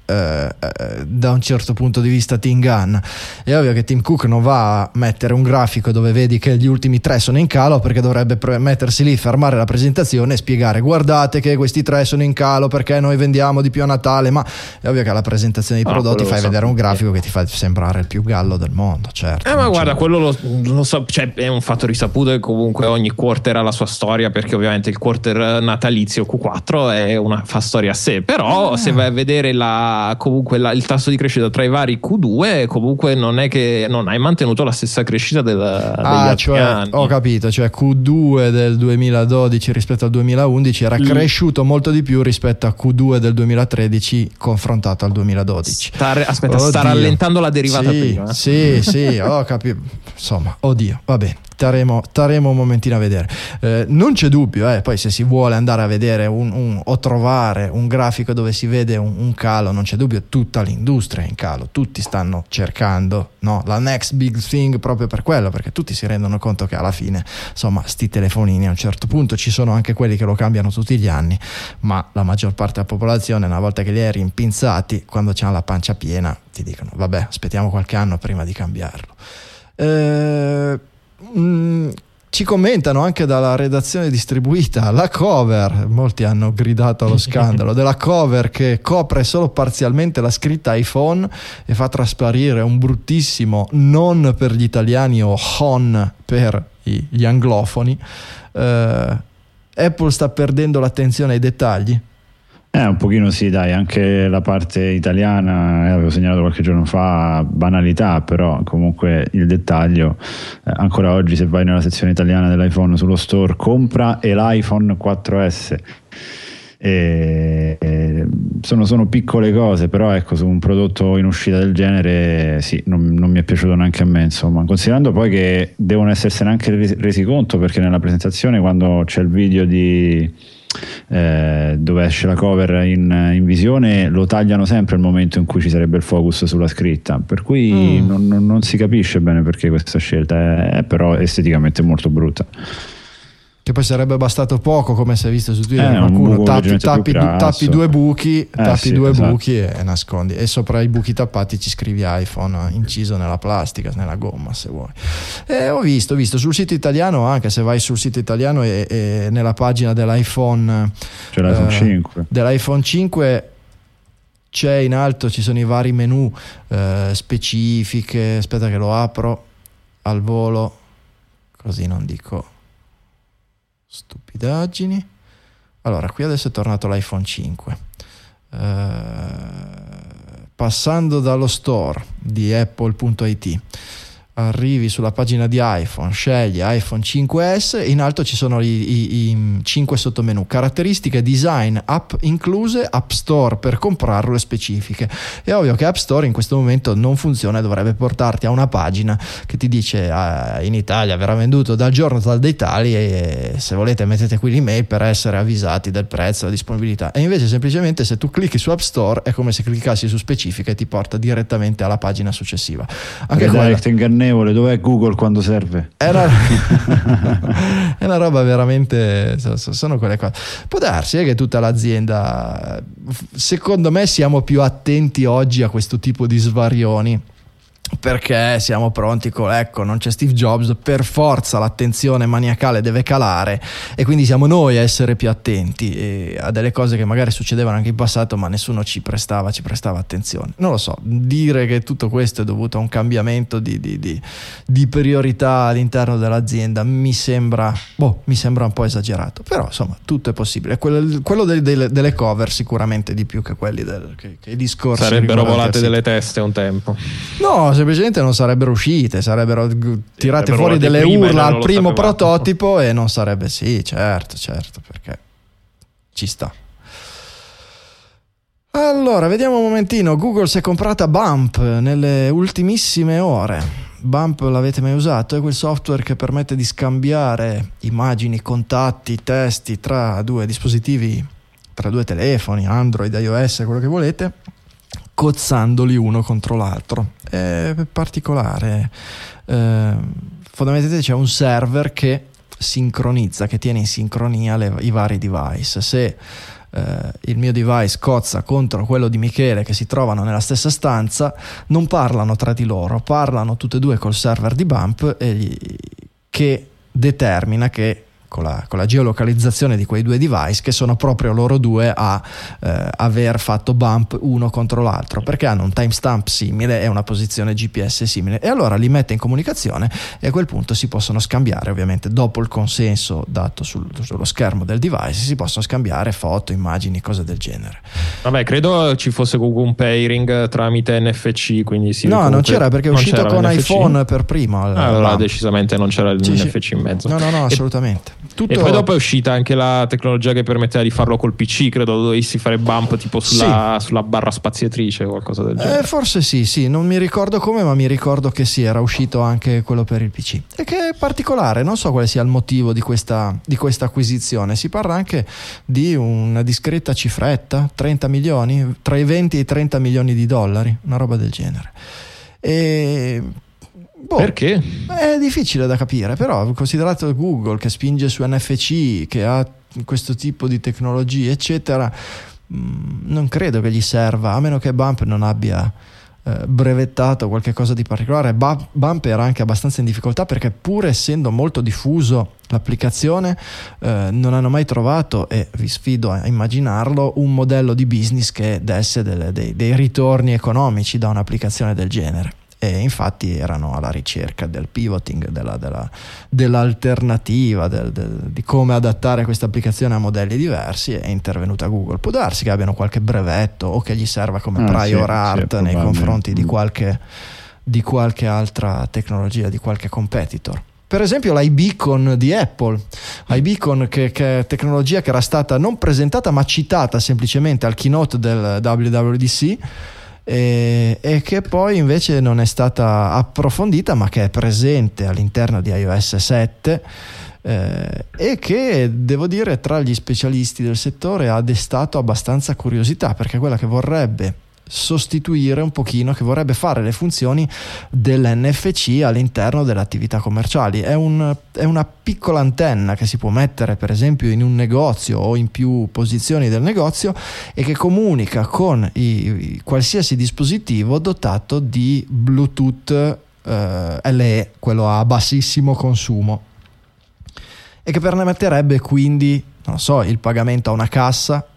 Eh, eh, da un certo punto di vista ti inganna. È ovvio che Tim Cook non va a mettere un grafico dove vedi che gli ultimi tre sono in calo, perché dovrebbe pre- mettersi lì, fermare la presentazione e spiegare: guardate che questi tre sono in calo perché noi vendiamo di più a Natale. Ma è ovvio che alla presentazione dei prodotti ah, fai vedere un grafico che ti fa sembrare il più gallo del mondo, certo. Eh, ma guarda, c'è... quello lo, lo so, cioè, è un fatto risaputo che comunque ogni quarter ha la sua storia, perché ovviamente il quarter natalizio Q quattro è una fa storia a sé, però ah. se vai a vedere la comunque la, il tasso di crescita tra i vari Q due, comunque non è che non hai mantenuto la stessa crescita del, degli ah, altri cioè, anni. Ho capito, cioè Q due del duemiladodici rispetto al duemilaundici era mm. cresciuto molto di più rispetto a Q due del duemilatredici confrontato al duemiladodici. Sta, aspetta, oddio. sta rallentando la derivata sì, prima. Sì, sì, ho capito. Insomma, oddio, va bene. Taremo, taremo un momentino a vedere. Eh, non c'è dubbio, eh, poi se si vuole andare a vedere un, un, o trovare un grafico dove si vede un, un calo, non c'è dubbio, tutta l'industria è in calo, tutti stanno cercando, no, la next big thing proprio per quello, perché tutti si rendono conto che alla fine, insomma, sti telefonini a un certo punto ci sono anche quelli che lo cambiano tutti gli anni, ma la maggior parte della popolazione, una volta che li hai rimpinzati, quando c'hanno la pancia piena, ti dicono vabbè, aspettiamo qualche anno prima di cambiarlo. Eh... Mm, ci commentano anche dalla redazione distribuita la cover, molti hanno gridato allo scandalo della cover che copre solo parzialmente la scritta iPhone e fa trasparire un bruttissimo non per gli italiani o hon per gli anglofoni. uh, Apple sta perdendo l'attenzione ai dettagli. Eh, un pochino sì, dai, anche la parte italiana, eh, avevo segnalato qualche giorno fa, banalità, però comunque il dettaglio, eh, ancora oggi se vai nella sezione italiana dell'iPhone sullo store, compra e l'iPhone quattro S. E, e sono, sono piccole cose, però ecco, su un prodotto in uscita del genere sì, non, non mi è piaciuto neanche a me, insomma, considerando poi che devono essersene anche resi, resi conto, perché nella presentazione, quando c'è il video di Eh, dove esce la cover in, in visione, lo tagliano sempre al momento in cui ci sarebbe il focus sulla scritta, per cui mm. non, non, non si capisce bene perché questa scelta è, è però esteticamente molto brutta. Che poi sarebbe bastato poco, come si è visto su Twitter, eh, qualcuno tappi, tappi, tappi due buchi, eh, tappi sì, due esatto. buchi e, e nascondi, e sopra i buchi tappati ci scrivi iPhone inciso nella plastica, nella gomma, se vuoi. E ho visto, ho visto sul sito italiano, anche se vai sul sito italiano e, e nella pagina dell'iPhone, c'è l'iPhone eh, cinque, dell'iPhone cinque c'è in alto, ci sono i vari menu eh, specifiche. Aspetta che lo apro al volo, così non dico stupidaggini. Allora, qui adesso è tornato l'iPhone cinque. Uh, passando dallo store di apple punto it, arrivi sulla pagina di iPhone, scegli iPhone cinque S, in alto ci sono i, i, i cinque sottomenu: caratteristiche, design, app incluse, App Store per comprarlo e specifiche. È ovvio che App Store in questo momento non funziona e dovrebbe portarti a una pagina che ti dice ah, in Italia verrà venduto dal giorno tal dei tali e se volete mettete qui l'email per essere avvisati del prezzo, della disponibilità. E invece semplicemente se tu clicchi su App Store è come se cliccassi su specifiche e ti porta direttamente alla pagina successiva. Anche quella... Dov'è Google quando serve? È una, è una roba veramente, sono quelle cose. Può darsi eh, che tutta l'azienda, secondo me siamo più attenti oggi a questo tipo di svarioni, perché siamo pronti con, ecco, non c'è Steve Jobs, per forza l'attenzione maniacale deve calare e quindi siamo noi a essere più attenti e a delle cose che magari succedevano anche in passato ma nessuno ci prestava ci prestava attenzione. Non lo so, dire che tutto questo è dovuto a un cambiamento di, di, di, di priorità all'interno dell'azienda mi sembra boh, mi sembra un po' esagerato, però insomma tutto è possibile. Quello, quello delle, delle, delle cover sicuramente di più che quelli del, che, che i discorsi sarebbero volate delle teste un tempo. No, semplicemente non sarebbero uscite, sarebbero tirate sarebbero fuori delle urla al primo prototipo e non sarebbe, sì, certo, certo, perché ci sta. Allora, vediamo un momentino. Google si è comprata Bump nelle ultimissime ore. Bump l'avete mai usato? È quel software che permette di scambiare immagini, contatti, testi tra due dispositivi, tra due telefoni, Android, iOS, quello che volete, cozzandoli uno contro l'altro. È particolare. Eh, fondamentalmente c'è un server che sincronizza, che tiene in sincronia le, i vari device. Se eh, il mio device cozza contro quello di Michele che si trovano nella stessa stanza, non parlano tra di loro, parlano tutte e due col server di Bump e, che determina che Con la, con la geolocalizzazione di quei due device, che sono proprio loro due a eh, aver fatto bump uno contro l'altro, perché hanno un timestamp simile e una posizione G P S simile, e allora li mette in comunicazione e a quel punto si possono scambiare, ovviamente dopo il consenso dato sul, sullo schermo del device, si possono scambiare foto, immagini, cose del genere. Vabbè, credo ci fosse comunque un pairing tramite N F C, quindi sì, no, non c'era, perché è uscito con N F C. iPhone per primo. Ah, allora no. Decisamente non c'era il sì, N F C in mezzo. No, no, no, assolutamente. E, Tutto... e poi dopo è uscita anche la tecnologia che permetteva di farlo col P C, credo dovessi fare bump tipo sulla, sì. sulla barra spaziatrice o qualcosa del genere. Eh, forse sì, sì, non mi ricordo come, ma mi ricordo che sì, era uscito anche quello per il P C. E che è particolare, non so quale sia il motivo di questa, di questa acquisizione. Si parla anche di una discreta cifretta, trenta milioni, tra i venti e i trenta milioni di dollari, una roba del genere. E... Boh, perché? È difficile da capire, però considerato Google che spinge su N F C, che ha questo tipo di tecnologie eccetera, non credo che gli serva, a meno che Bump non abbia eh, brevettato qualche cosa di particolare. Bump era anche abbastanza in difficoltà perché, pur essendo molto diffuso l'applicazione, eh, non hanno mai trovato, e vi sfido a immaginarlo, un modello di business che desse delle, dei, dei ritorni economici da un'applicazione del genere. E infatti erano alla ricerca del pivoting, della, della, dell'alternativa, del, del, di come adattare questa applicazione a modelli diversi, e è intervenuta Google. Può darsi che abbiano qualche brevetto o che gli serva come ah, prior sì, art sì, nei confronti di qualche, di qualche altra tecnologia, di qualche competitor. Per esempio l'iBeacon di Apple, iBeacon che, che è tecnologia che era stata non presentata ma citata semplicemente al keynote del W W D C, E, e che poi invece non è stata approfondita, ma che è presente all'interno di iOS sette, eh, e che, devo dire, tra gli specialisti del settore ha destato abbastanza curiosità, perché è quella che vorrebbe sostituire un pochino, che vorrebbe fare le funzioni dell'N F C all'interno delle attività commerciali. È, un, è una piccola antenna che si può mettere per esempio in un negozio o in più posizioni del negozio, e che comunica con i, i, qualsiasi dispositivo dotato di Bluetooth eh, L E, quello a bassissimo consumo, e che permetterebbe quindi, non so, il pagamento a una cassa,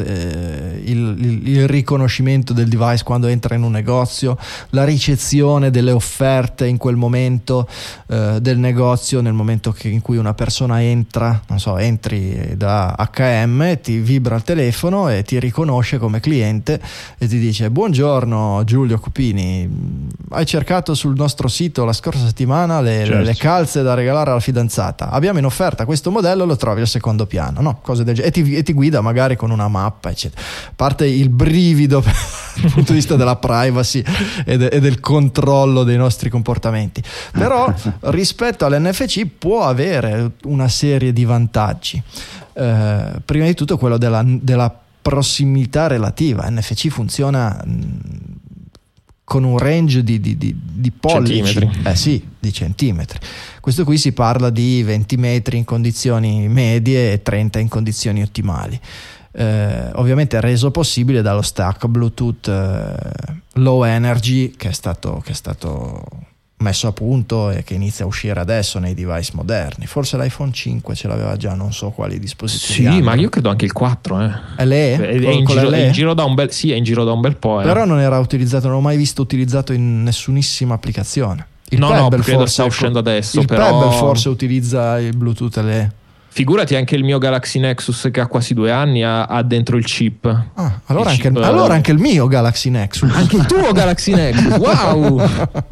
Il, il, il riconoscimento del device quando entra in un negozio, la ricezione delle offerte in quel momento eh, del negozio, nel momento che, in cui una persona entra, non so, entri da H M, ti vibra il telefono e ti riconosce come cliente e ti dice: buongiorno Giulio Cupini, hai cercato sul nostro sito la scorsa settimana le, certo. le calze da regalare alla fidanzata, abbiamo in offerta questo modello, lo trovi al secondo piano, no? Cose del genere, e ti, e ti guida magari con una mappa eccetera. Parte il brivido dal punto di vista della privacy e, de- e del controllo dei nostri comportamenti, però rispetto all'N F C può avere una serie di vantaggi. Eh, prima di tutto quello della, della prossimità relativa. N F C funziona mh, con un range di, di, di, di pollici, centimetri. Eh sì, di centimetri. Questo qui si parla di venti metri in condizioni medie e trenta in condizioni ottimali. Eh, ovviamente reso possibile dallo stack Bluetooth eh, Low Energy che è stato che è stato messo a punto e che inizia a uscire adesso nei device moderni. Forse l'iPhone cinque ce l'aveva già, non so quali dispositivi. Sì, hanno. Ma io credo anche il quattro. Eh. L E? È, è, in giro, è in giro da un bel, sì, è in giro da un bel po'. Eh. Però non era utilizzato, non l'ho mai visto utilizzato in nessunissima applicazione. Il no, Pebble no, credo forse sta uscendo adesso. Il però... Pebble forse utilizza il Bluetooth L E. Figurati, anche il mio Galaxy Nexus che ha quasi due anni ha, ha dentro il chip. Ah, allora, il anche, chip, allora anche il mio Galaxy Nexus. Anche il tuo Galaxy Nexus, wow!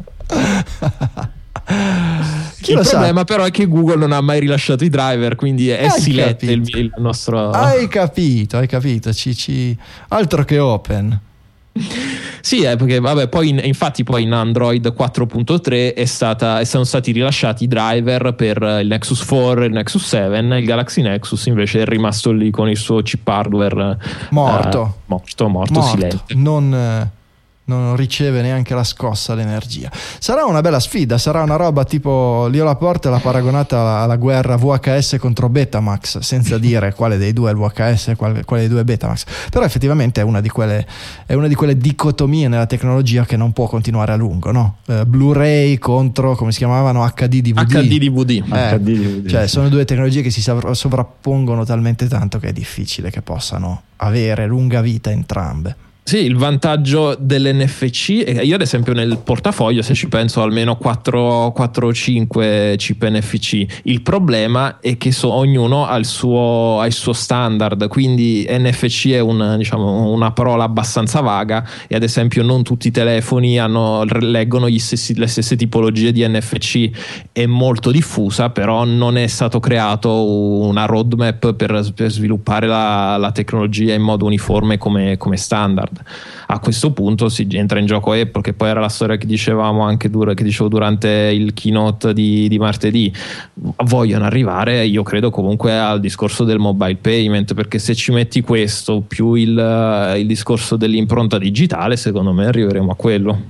Chi il problema sa? Però è che Google non ha mai rilasciato i driver, quindi è silente il, il nostro. Hai capito, hai capito. Ci, ci... Altro che open. Sì, eh, perché vabbè, poi in, infatti poi in Android quattro punto tre è stata, sono stati rilasciati i driver per il Nexus quattro e il Nexus sette. Il Galaxy Nexus invece è rimasto lì con il suo chip hardware morto, eh, morto, morto, morto silente. Non, non riceve neanche la scossa l'energia. Sarà una bella sfida, sarà una roba tipo Leo Laporte l'ha paragonata alla, alla guerra V H S contro Betamax, senza dire quale dei due è il V H S e quale, quale dei due è Betamax, però effettivamente è una di quelle è una di quelle dicotomie nella tecnologia che non può continuare a lungo, no? Eh, Blu-ray contro, come si chiamavano, H D D V D. H D D V D. Eh, H D D V D. Cioè sono due tecnologie che si sovrappongono talmente tanto che è difficile che possano avere lunga vita entrambe. Sì, il vantaggio dell'N F C, io ad esempio nel portafoglio, se ci penso, ho almeno quattro o cinque chip N F C. Il problema è che so, ognuno ha il, suo, ha il suo standard, quindi N F C è un, diciamo, una parola abbastanza vaga e ad esempio non tutti i telefoni hanno, leggono gli stessi, le stesse tipologie di N F C. È molto diffusa, però non è stato creato una roadmap per, per sviluppare la, la tecnologia in modo uniforme come, come standard. A questo punto si entra in gioco Apple, che poi era la storia che dicevamo anche dur- che dicevo durante il keynote di, di martedì. Vogliono arrivare, io credo, comunque al discorso del mobile payment, perché se ci metti questo più il, il discorso dell'impronta digitale, secondo me arriveremo a quello.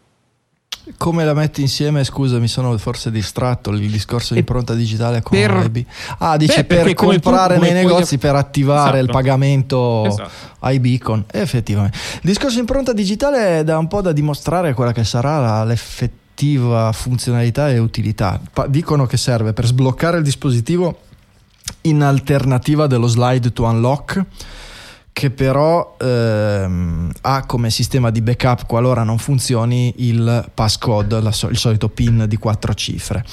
Come la metti insieme? Scusa, mi sono forse distratto. Il discorso di impronta digitale con per, I B. Ah, dici beh, per comprare tu, nei puoi, negozi, per attivare esatto. il pagamento esatto. iBeacon. Effettivamente. Il discorso di impronta digitale dà un po' da dimostrare quella che sarà la, l'effettiva funzionalità e utilità. Pa- dicono che serve per sbloccare il dispositivo in alternativa dello slide to unlock, che però ehm, ha come sistema di backup, qualora non funzioni, il passcode, la so- il solito PIN di quattro cifre.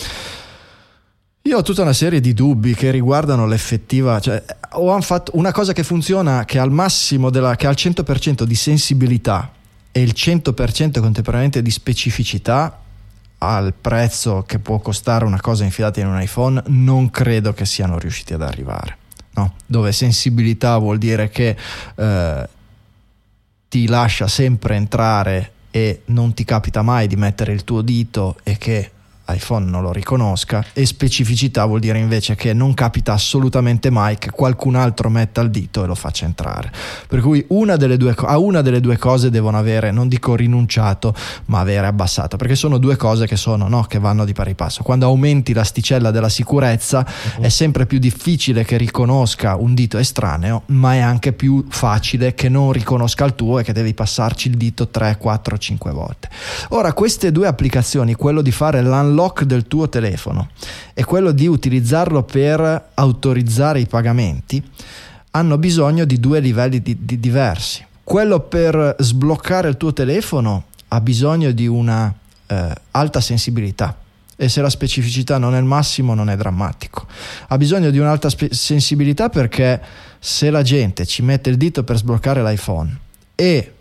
Io ho tutta una serie di dubbi che riguardano l'effettiva, cioè o han fatto una cosa che funziona, che al massimo della, che ha il cento per cento di sensibilità e il cento per cento contemporaneamente di specificità al prezzo che può costare una cosa infilata in un iPhone. Non credo che siano riusciti ad arrivare. No, dove sensibilità vuol dire che eh, ti lascia sempre entrare e non ti capita mai di mettere il tuo dito e che iPhone non lo riconosca, e specificità vuol dire invece che non capita assolutamente mai che qualcun altro metta il dito e lo faccia entrare. Per cui una delle due, a una delle due cose devono avere, non dico rinunciato, ma avere abbassato, perché sono due cose che sono, no, che vanno di pari passo. Quando aumenti l'asticella della sicurezza uh-huh. è sempre più difficile che riconosca un dito estraneo, ma è anche più facile che non riconosca il tuo e che devi passarci il dito tre, quattro, cinque volte. Ora, queste due applicazioni, quello di fare l'unlock del tuo telefono e quello di utilizzarlo per autorizzare i pagamenti, hanno bisogno di due livelli di, di diversi. Quello per sbloccare il tuo telefono ha bisogno di una eh, alta sensibilità, e se la specificità non è il massimo non è drammatico. Ha bisogno di un'alta spe- sensibilità perché se la gente ci mette il dito per sbloccare l'iPhone e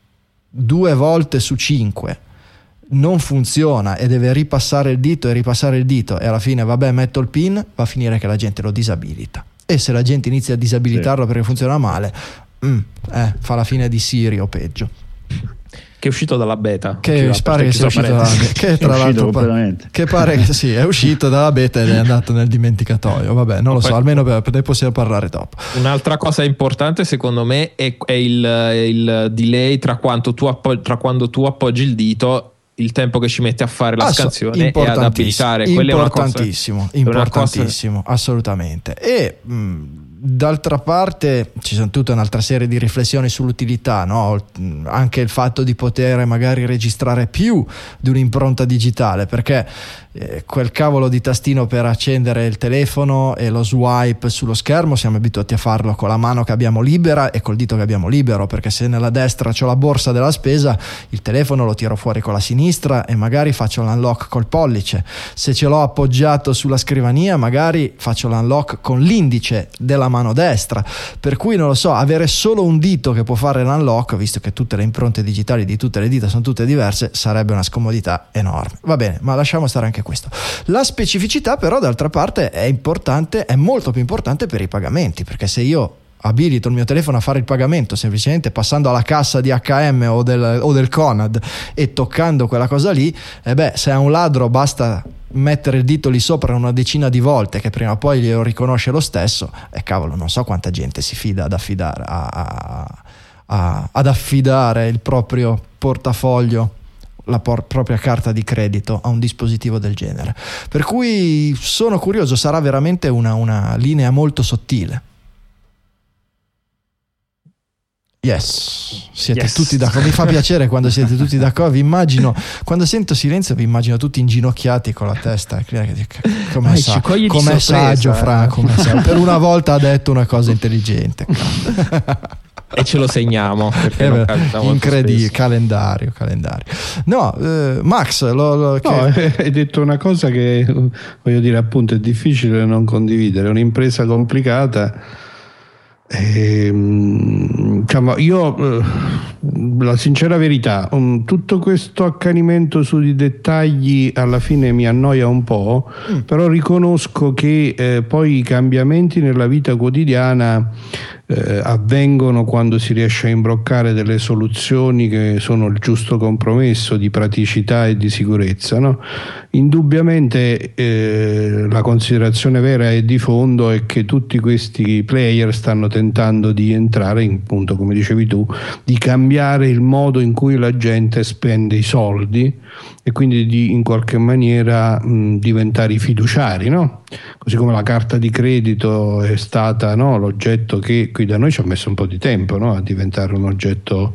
due volte su cinque non funziona e deve ripassare il dito e ripassare il dito e alla fine vabbè metto il PIN, va a finire che la gente lo disabilita. E se la gente inizia a disabilitarlo sì. perché funziona male, mm, eh, fa la fine di Siri o peggio. Che è uscito dalla beta, che pare che sia uscito dalla beta, che tra l'altro che pare che sì, è uscito dalla beta ed è andato nel dimenticatoio. Vabbè, non lo so, almeno per, per ne possiamo parlare dopo. Un'altra cosa importante secondo me è, è il, il delay tra, quanto tu appo- tra quando tu appoggi il dito, il tempo che ci mette a fare la ah, scansione e ad abilitare. Quella importantissimo, è una cosa, importantissimo, è una cosa... assolutamente. E mh, d'altra parte ci sono tutta un'altra serie di riflessioni sull'utilità, no? Anche il fatto di poter magari registrare più di un'impronta digitale, perché eh, quel cavolo di tastino per accendere il telefono e lo swipe sullo schermo siamo abituati a farlo con la mano che abbiamo libera e col dito che abbiamo libero, perché se nella destra c'ho la borsa della spesa, il telefono lo tiro fuori con la sinistra e magari faccio l'unlock col pollice. Se ce l'ho appoggiato sulla scrivania, magari faccio l'unlock con l'indice della mano destra. Per cui non lo so, avere solo un dito che può fare l'unlock, visto che tutte le impronte digitali di tutte le dita sono tutte diverse, sarebbe una scomodità enorme. Va bene, ma lasciamo stare anche questo. La specificità però d'altra parte è importante, è molto più importante per i pagamenti, perché se io abilito il mio telefono a fare il pagamento semplicemente passando alla cassa di acca emme o del, o del Conad e toccando quella cosa lì, e beh, se è un ladro basta mettere il dito lì sopra una decina di volte che prima o poi glielo riconosce lo stesso, e cavolo, non so quanta gente si fida ad affidare a, a a, ad affidare il proprio portafoglio, la por- propria carta di credito a un dispositivo del genere. Per cui sono curioso, sarà veramente una, una linea molto sottile. Yes, siete yes. tutti d'accordo. Mi fa piacere quando siete tutti d'accordo. Vi immagino, quando sento silenzio, vi immagino tutti inginocchiati con la testa. Com'è, sa- com'è saggio, Fra, com'è saggio. Per una volta ha detto una cosa intelligente. E ce lo segniamo, perché non incredibile. Calendario, calendario. No, eh, Max, lo, lo, che... no, hai detto una cosa che voglio dire, appunto, è difficile non condividere. È un'impresa complicata. Ehm, diciamo, io eh, la sincera verità, um, tutto questo accanimento sui dettagli alla fine mi annoia un po', mm. però riconosco che eh, poi i cambiamenti nella vita quotidiana eh, avvengono quando si riesce a imbroccare delle soluzioni che sono il giusto compromesso di praticità e di sicurezza, no? Indubbiamente eh, la considerazione vera e di fondo è che tutti questi player stanno tentando di entrare in, appunto, come dicevi tu, di cambiare il modo in cui la gente spende i soldi e quindi di in qualche maniera mh, diventare i fiduciari, no? Così come la carta di credito è stata, no, l'oggetto che qui da noi ci ha messo un po' di tempo, no, a diventare un oggetto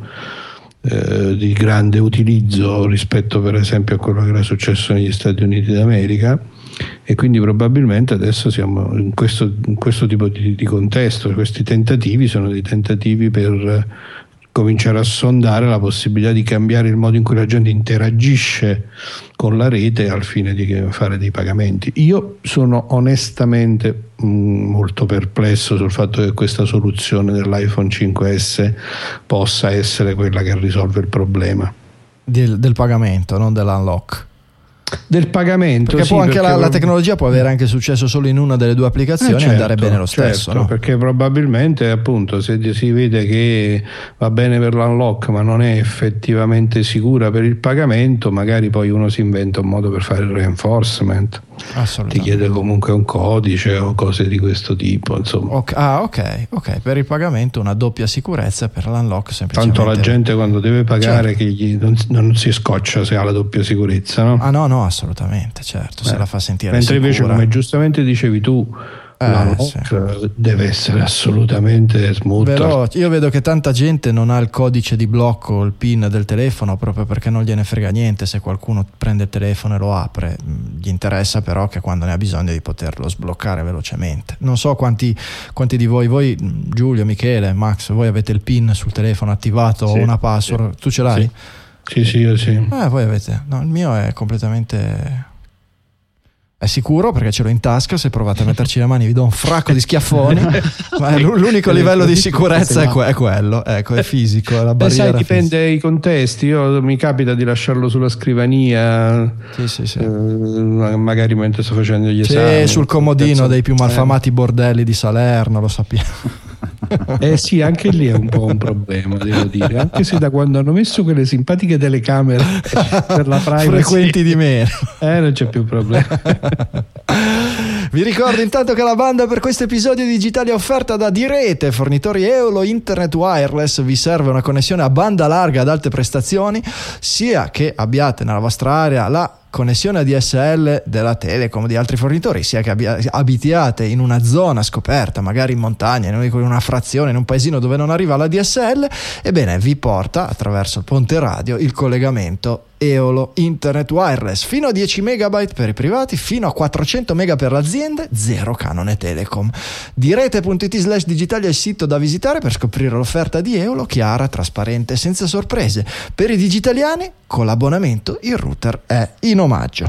eh, di grande utilizzo rispetto per esempio a quello che era successo negli Stati Uniti d'America, e quindi probabilmente adesso siamo in questo, in questo tipo di, di contesto. Questi tentativi sono dei tentativi per cominciare a sondare la possibilità di cambiare il modo in cui la gente interagisce con la rete al fine di fare dei pagamenti. Io sono onestamente mh, molto perplesso sul fatto che questa soluzione dell'iPhone cinque S possa essere quella che risolve il problema del, del pagamento, non dell'unlock. Del pagamento, perché sì, poi anche perché la, la tecnologia può avere anche successo solo in una delle due applicazioni eh certo, e andare bene lo stesso, certo, no? Perché probabilmente appunto se si vede che va bene per l'unlock ma non è effettivamente sicura per il pagamento, magari poi uno si inventa un modo per fare il reinforcement, ti chiede comunque un codice o cose di questo tipo, insomma. Okay. Ah ok, ok, per il pagamento una doppia sicurezza, per l'unlock semplicemente. Tanto la gente quando deve pagare certo. che gli non, non si scoccia se ha la doppia sicurezza, no? Ah no no assolutamente, certo, eh. se la fa sentire mentre sicura. Invece, come giustamente dicevi tu, eh, sì. deve essere assolutamente smooth. Veloce. Io vedo che tanta gente non ha il codice di blocco, il PIN del telefono, proprio perché non gliene frega niente se qualcuno prende il telefono e lo apre. Gli interessa però che quando ne ha bisogno di poterlo sbloccare velocemente. Non so quanti, quanti di voi, voi Giulio, Michele, Max, voi avete il PIN sul telefono attivato sì, o una password? Sì. Tu ce l'hai? Sì, sì, io sì. Eh, voi avete? No, il mio è completamente... È sicuro perché ce l'ho in tasca, se provate a metterci le mani vi do un fracco di schiaffoni, ma l'unico livello di sicurezza è, que- è quello, ecco, è fisico, è la barriera. Beh, sai, dipende dai contesti. Io mi capita di lasciarlo sulla scrivania, sì, sì, sì. Eh, magari mentre sto facendo gli sì, esami. Sul comodino dei più malfamati bordelli di Salerno, lo sappiamo. Eh sì, anche lì è un po' un problema, devo dire, anche se da quando hanno messo quelle simpatiche telecamere per la privacy frequenti di meno, eh, non c'è più problema. Vi ricordo intanto che la banda per questo episodio digitale è offerta da Direte, fornitori Eolo Internet Wireless. Vi serve una connessione a banda larga ad alte prestazioni, sia che abbiate nella vostra area la connessione A D S L della Telecom, di altri fornitori, sia che abitiate in una zona scoperta, magari in montagna, in una frazione, in un paesino dove non arriva la D S L, ebbene vi porta attraverso il ponte radio il collegamento Eolo Internet Wireless, fino a dieci megabyte per i privati, fino a quattrocento mega per le aziende, zero canone Telecom. Direte.it slash digitali è il sito da visitare per scoprire l'offerta di Eolo, chiara, trasparente, senza sorprese. Per i digitaliani, con l'abbonamento il router è in omaggio.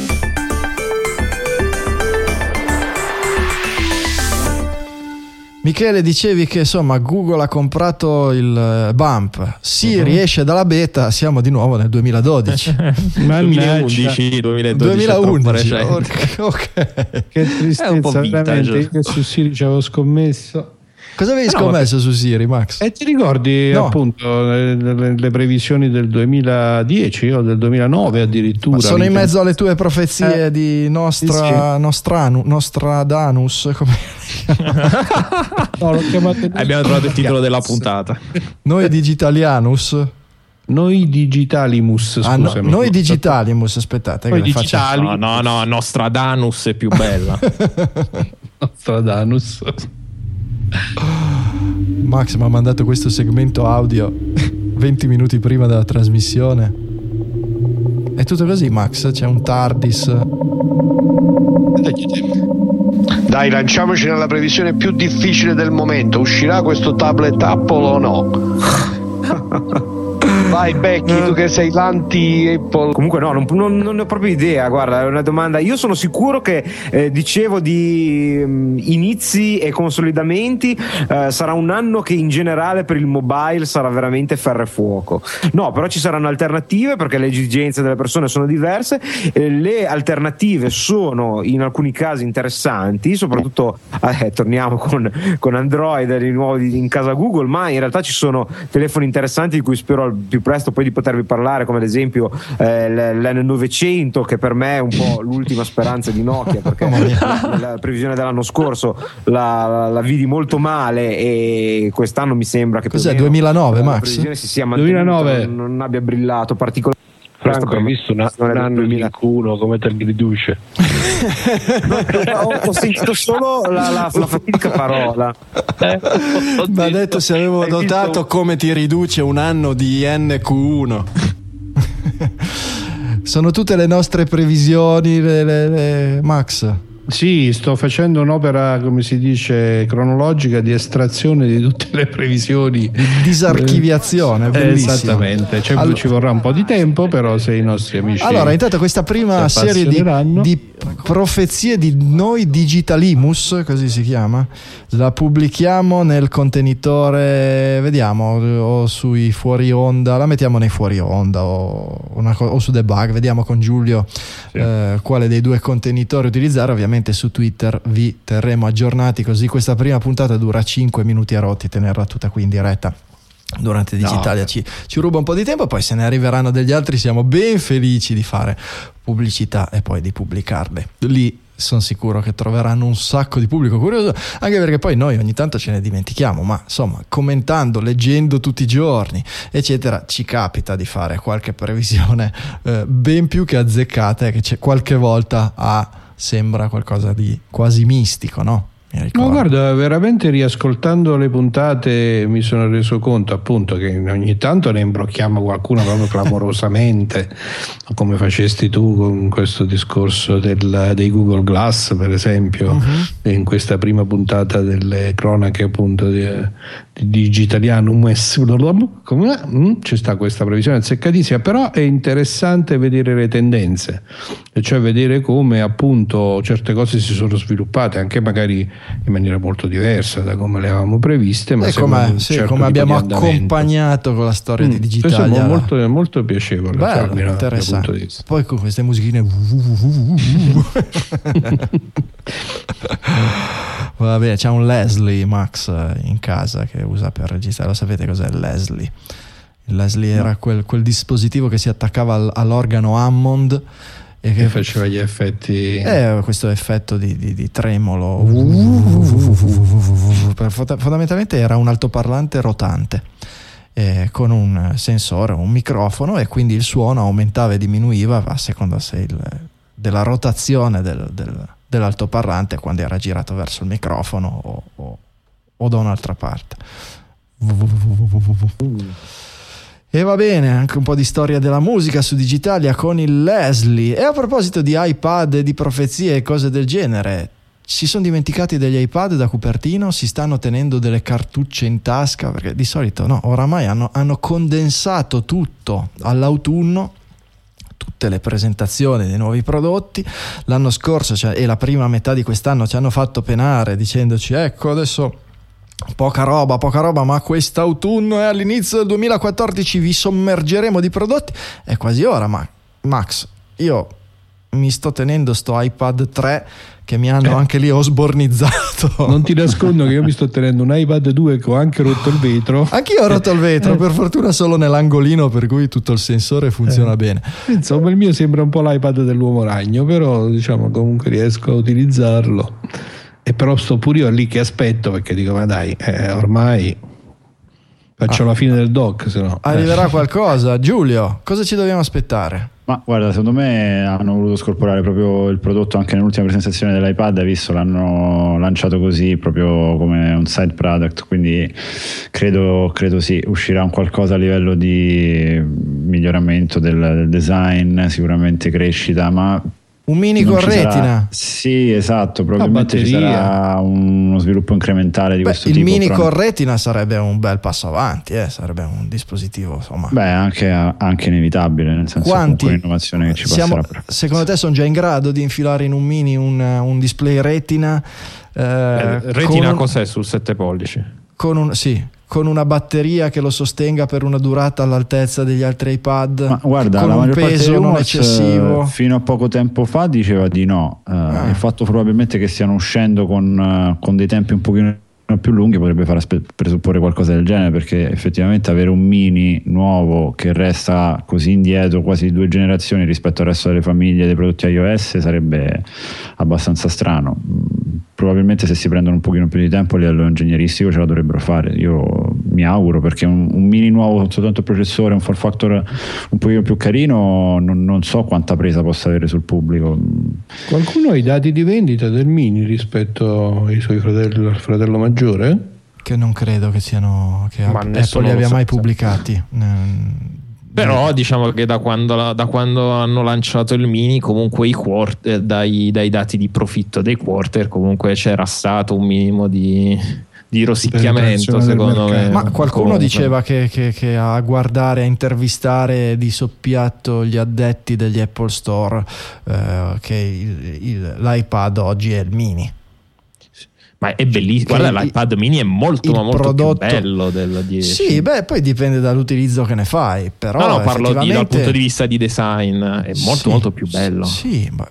Michele, dicevi che insomma Google ha comprato il Bump, Siri uh-huh. esce dalla beta, siamo di nuovo nel duemiladodici. duemilaundici, duemiladodici, duemilaundici ok, ok. Che tristezza, veramente, io che su Siri ci avevo scommesso. Cosa avevi no, scommesso su Siri, Max? E ti ricordi no. appunto le, le, le previsioni del duemiladieci o del duemilanove addirittura? Ma sono in mezzo alle tue profezie eh, di nostra, sì, sì. Nostranu, Nostradamus, come no, l'ho chiamato abbiamo trovato il titolo della puntata. Noi Digitalianus. Noi Digitalimus, ah, no, Noi Digitalimus, aspettate noi che digitali. No, no, no, Nostradamus è più bella. Nostradamus. Max mi ha mandato questo segmento audio venti minuti prima della trasmissione. È tutto così, Max? C'è un TARDIS. Dai, lanciamoci nella previsione più difficile del momento. Uscirà questo tablet Apple o no? Vai Becky, tu che sei l'anti-Apple. Comunque no, non, non, non ne ho proprio idea. Guarda, è una domanda. Io sono sicuro che eh, dicevo di um, inizi e consolidamenti, eh, sarà un anno che in generale per il mobile sarà veramente ferro e fuoco. No, però ci saranno alternative perché le esigenze delle persone sono diverse. Eh, le alternative sono in alcuni casi interessanti, soprattutto eh, torniamo con, con Android di nuovo in casa Google, ma in realtà ci sono telefoni interessanti di cui spero al più presto poi di potervi parlare, come ad esempio eh, l'N novecento, che per me è un po' l'ultima speranza di Nokia, perché nella previsione dell'anno scorso la, la, la vidi molto male e quest'anno mi sembra che cos'è, duemilanove Max? La previsione si sia mantenuta, duemilanove non, non abbia brillato particolarmente. Franco, hai visto una, un anno di uno come te li riduce? ho, ho sentito solo la, la, la fatidica parola. Eh, mi ha detto se avevo hai notato visto... come ti riduce un anno di N Q uno. Sono tutte le nostre previsioni, le, le, le... Max. Sì, sto facendo un'opera, come si dice, cronologica di estrazione di tutte le previsioni. Disarchiviazione, bellissimo. Esattamente, cioè, allora, ci vorrà un po' di tempo, però se i nostri amici. Allora, intanto questa prima serie di, di profezie di Noi Digitalimus, così si chiama, la pubblichiamo nel contenitore, vediamo, o sui fuori onda, la mettiamo nei fuori onda o, una, o su Debug, vediamo con Giulio sì. eh, quale dei due contenitori utilizzare. Ovviamente su Twitter vi terremo aggiornati, così questa prima puntata dura cinque minuti a rotti, tenerla tutta qui in diretta durante Digitalia no. ci, ci ruba un po' di tempo, poi se ne arriveranno degli altri siamo ben felici di fare pubblicità e poi di pubblicarle lì. Sono sicuro che troveranno un sacco di pubblico curioso, anche perché poi noi ogni tanto ce ne dimentichiamo, ma insomma commentando, leggendo tutti i giorni eccetera, ci capita di fare qualche previsione eh, ben più che azzeccata, e che c'è qualche volta a sembra qualcosa di quasi mistico, no? No, guarda, veramente riascoltando le puntate mi sono reso conto appunto che ogni tanto ne imbrocchiamo qualcuno proprio clamorosamente, come facesti tu con questo discorso del, dei Google Glass, per esempio, uh-huh. in questa prima puntata delle cronache appunto di, di Digitalianum, come ci sta questa previsione azzeccatissima, però è interessante vedere le tendenze, e cioè vedere come appunto certe cose si sono sviluppate anche magari in maniera molto diversa da come le avevamo previste, ma come, sì, certo come abbiamo accompagnato con la storia mm, di Digitalia, è molto, molto piacevole. Bello, cioè, interessante. Poi con queste musichine va bene, c'è un Leslie Max in casa che usa per registrare. Lo sapete cos'è il Leslie? Il Leslie no. era quel, quel dispositivo che si attaccava all'organo Hammond e che, che faceva gli effetti, eh, questo effetto di, di, di tremolo. Fondamentalmente era un altoparlante rotante eh, con un sensore, un microfono, e quindi il suono aumentava e diminuiva a seconda se il, della rotazione del, del, dell'altoparlante quando era girato verso il microfono o, o, o da un'altra parte. E va bene, anche un po' di storia della musica su Digitalia con il Leslie. E a proposito di iPad e di profezie e cose del genere, si sono dimenticati degli iPad da Cupertino? Si stanno tenendo delle cartucce in tasca? Perché di solito no, oramai hanno, hanno condensato tutto all'autunno, tutte le presentazioni dei nuovi prodotti. L'anno scorso, cioè, e la prima metà di quest'anno ci hanno fatto penare dicendoci ecco adesso poca roba, poca roba, ma quest'autunno e all'inizio del duemilaquattordici vi sommergeremo di prodotti. È quasi ora, ma Max, io mi sto tenendo sto iPad tre che mi hanno eh. anche lì osbornizzato. Non ti nascondo che io mi sto tenendo un iPad due che ho anche rotto il vetro. Anch'io ho rotto il vetro, eh. per fortuna solo nell'angolino, per cui tutto il sensore funziona eh. bene. Insomma, il mio sembra un po' l'iPad dell'uomo ragno, però diciamo comunque riesco a utilizzarlo. E però sto pure io lì che aspetto, perché dico ma dai, eh, ormai faccio ah. la fine del dock, se no arriverà qualcosa. Giulio, cosa ci dobbiamo aspettare? Ma guarda, secondo me hanno voluto scorporare proprio il prodotto anche nell'ultima presentazione dell'iPad, hai visto, l'hanno lanciato così proprio come un side product, quindi credo, credo sì, uscirà un qualcosa a livello di miglioramento del, del design, sicuramente crescita, ma un mini con retina sarà, sì esatto, probabilmente ci sarà uno sviluppo incrementale di beh, questo il tipo. Il mini però... con retina sarebbe un bel passo avanti, eh? Sarebbe un dispositivo insomma. Beh, anche, anche inevitabile, nel senso Quanti, che è un'innovazione che ci siamo, passerà. Secondo te sono già in grado di infilare in un mini un, un display retina? Eh, eh, retina un, cos'è sul sette pollici? Con un, sì, con una batteria che lo sostenga per una durata all'altezza degli altri iPad. Ma guarda, con la un maggior peso non eccessivo. Fino a poco tempo fa diceva di no. Uh, ah. Il fatto probabilmente che stiano uscendo con, uh, con dei tempi un pochino più lunghi potrebbe far aspe- presupporre qualcosa del genere, perché effettivamente avere un mini nuovo che resta così indietro quasi due generazioni rispetto al resto delle famiglie dei prodotti iOS sarebbe abbastanza strano. Probabilmente se si prendono un pochino più di tempo a livello ingegneristico ce la dovrebbero fare, io mi auguro, perché un, un mini nuovo con soltanto il processore, un form factor un pochino più carino, non, non so quanta presa possa avere sul pubblico. Qualcuno ha i dati di vendita del mini rispetto ai suoi fratelli, al fratello maggiore? Che non credo che siano che Apple li abbia mai pubblicati. Però diciamo che da quando, da quando hanno lanciato il mini, comunque i quarter, dai, dai dati di profitto dei quarter, comunque c'era stato un minimo di, di rosicchiamento, secondo me. Ma qualcuno comunque diceva che, che, che a guardare, a intervistare di soppiatto gli addetti degli Apple Store, eh, che il, il, l'iPad oggi è il mini. Ma è bellissimo, guarda, l'iPad mini è molto ma molto prodotto, più bello del dieci. Sì, beh, poi dipende dall'utilizzo che ne fai, però no, no, parlo di, dal punto di vista di design, è molto sì, molto più bello. Sì, ma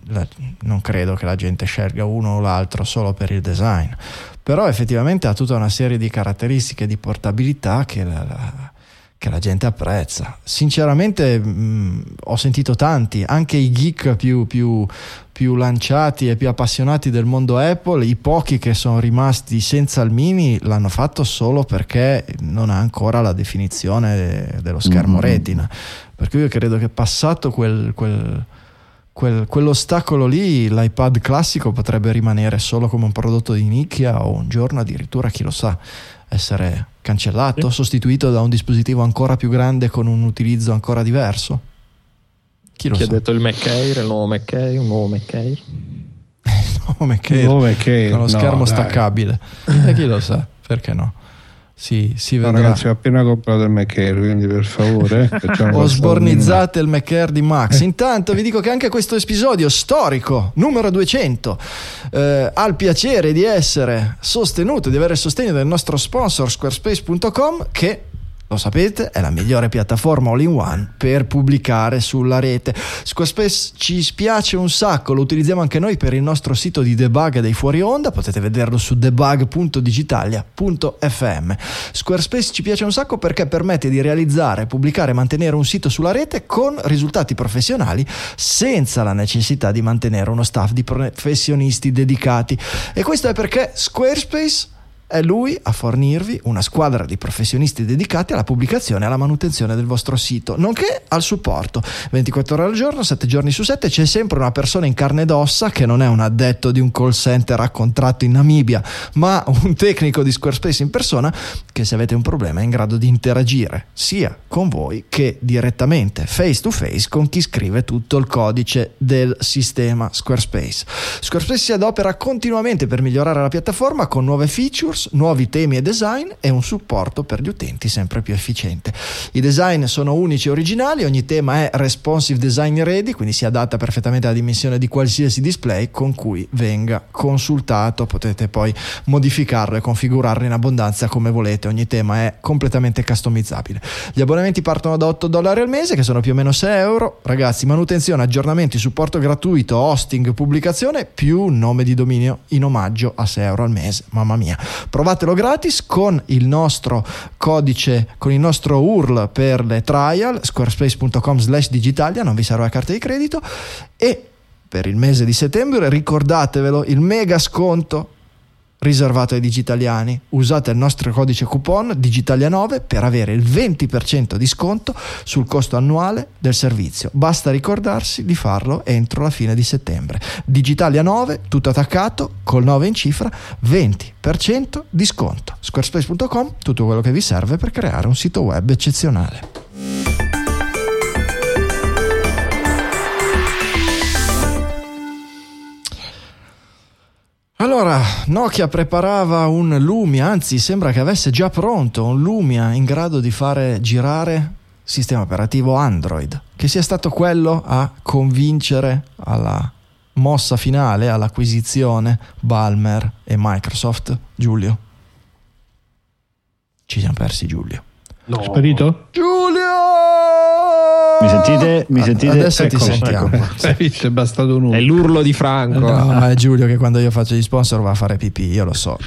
non credo che la gente scelga uno o l'altro solo per il design, però effettivamente ha tutta una serie di caratteristiche di portabilità che la, la che la gente apprezza. Sinceramente mh, ho sentito tanti, anche i geek più, più, più lanciati e più appassionati del mondo Apple, i pochi che sono rimasti senza il mini l'hanno fatto solo perché non ha ancora la definizione dello schermo mm-hmm. retina, per cui io credo che passato quel, quel, quel, quell'ostacolo lì l'iPad classico potrebbe rimanere solo come un prodotto di nicchia, o un giorno addirittura, chi lo sa, essere cancellato, sì. sostituito da un dispositivo ancora più grande con un utilizzo ancora diverso. Chi lo Chi sa? ha detto il Mac Air, il nuovo Mac Air, un nuovo Mac Air. il nuovo Mac Air, nuovo Mac Air con lo no, schermo dai. staccabile. E chi lo sa, perché no? Sì, si vedrà. No, ragazzi, ho appena comprato il Mac Air, quindi per favore osbornizzate il Mac Air di Max. Intanto vi dico che anche questo episodio storico numero duecento eh, ha il piacere di essere sostenuto, di avere il sostegno del nostro sponsor squarespace punto com, che, lo sapete, è la migliore piattaforma all-in-one per pubblicare sulla rete. Squarespace ci spiace un sacco, lo utilizziamo anche noi per il nostro sito di debug dei fuori onda, potete vederlo su debug punto digitalia punto effe emme. Squarespace ci piace un sacco perché permette di realizzare, pubblicare e mantenere un sito sulla rete con risultati professionali, senza la necessità di mantenere uno staff di professionisti dedicati. E questo è perché Squarespace è lui a fornirvi una squadra di professionisti dedicati alla pubblicazione e alla manutenzione del vostro sito, nonché al supporto. ventiquattro ore al giorno, sette giorni su sette, c'è sempre una persona in carne ed ossa che non è un addetto di un call center a contratto in Namibia, ma un tecnico di Squarespace in persona, che se avete un problema è in grado di interagire sia con voi che direttamente face to face con chi scrive tutto il codice del sistema Squarespace. Squarespace si adopera continuamente per migliorare la piattaforma con nuove features features, nuovi temi e design e un supporto per gli utenti sempre più efficiente. I design sono unici e originali, ogni tema è responsive design ready, quindi si adatta perfettamente alla dimensione di qualsiasi display con cui venga consultato. Potete poi modificarlo e configurarlo in abbondanza come volete, ogni tema è completamente customizzabile. Gli abbonamenti partono da otto dollari al mese, che sono più o meno sei euro. Ragazzi, manutenzione, aggiornamenti, supporto gratuito, hosting, pubblicazione più nome di dominio in omaggio a sei euro al mese. Mamma mia, provatelo gratis con il nostro codice, con il nostro U R L per le trial, squarespace punto com slash digitalia, non vi serve carta di credito. E per il mese di settembre ricordatevelo, il mega sconto riservato ai digitaliani. Usate il nostro codice coupon digitalia nove per avere il venti per cento di sconto sul costo annuale del servizio. Basta ricordarsi di farlo entro la fine di settembre. digitalia nove, tutto attaccato, col nove in cifra, venti per cento di sconto. squarespace punto com, tutto quello che vi serve per creare un sito web eccezionale. Allora, Nokia preparava un Lumia, anzi sembra che avesse già pronto un Lumia in grado di fare girare sistema operativo Android, che sia stato quello a convincere alla mossa finale, all'acquisizione Ballmer e Microsoft. Giulio? Ci siamo persi Giulio. No. Sparito? Giulio! Mi sentite? Mi sentite? Adesso ecco, ti sentiamo. Ecco. È bastato un urlo. È l'urlo di Franco. No, è Giulio che quando io faccio gli sponsor va a fare pipì, io lo so.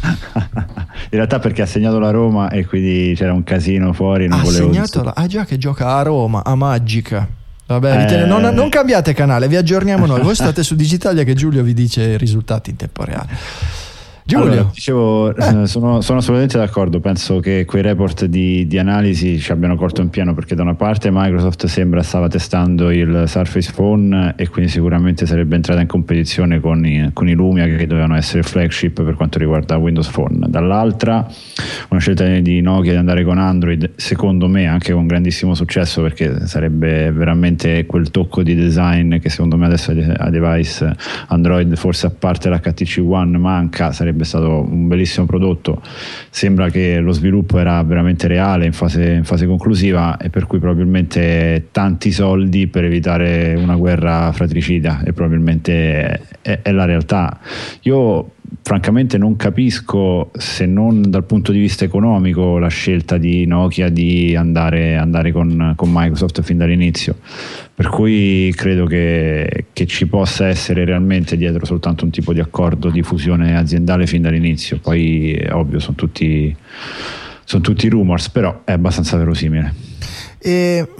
In realtà perché ha segnato la Roma e quindi c'era un casino fuori, non ha volevo segnato la... Ah già, che gioca a Roma, a Magica. Vabbè, eh... ten... non, non cambiate canale, vi aggiorniamo noi. Voi state su Digitalia che Giulio vi dice i risultati in tempo reale. Giulio. Allora, dicevo, eh. sono, sono assolutamente d'accordo, penso che quei report di, di analisi ci abbiano colto in pieno, perché da una parte Microsoft sembra stava testando il Surface Phone e quindi sicuramente sarebbe entrata in competizione con i, con i Lumia, che dovevano essere flagship per quanto riguarda Windows Phone. Dall'altra una scelta di Nokia di andare con Android, secondo me anche con grandissimo successo, perché sarebbe veramente quel tocco di design che secondo me adesso a device Android, forse a parte l'H T C One, manca. Sarebbe stato un bellissimo prodotto. Sembra che lo sviluppo era veramente reale, in fase, in fase conclusiva, e per cui probabilmente tanti soldi per evitare una guerra fratricida, e probabilmente è, è la realtà. Io francamente non capisco, se non dal punto di vista economico, la scelta di Nokia di andare, andare con, con Microsoft fin dall'inizio, per cui credo che, che ci possa essere realmente dietro soltanto un tipo di accordo di fusione aziendale fin dall'inizio. Poi è ovvio, sono tutti, sono tutti rumors, però è abbastanza verosimile. E...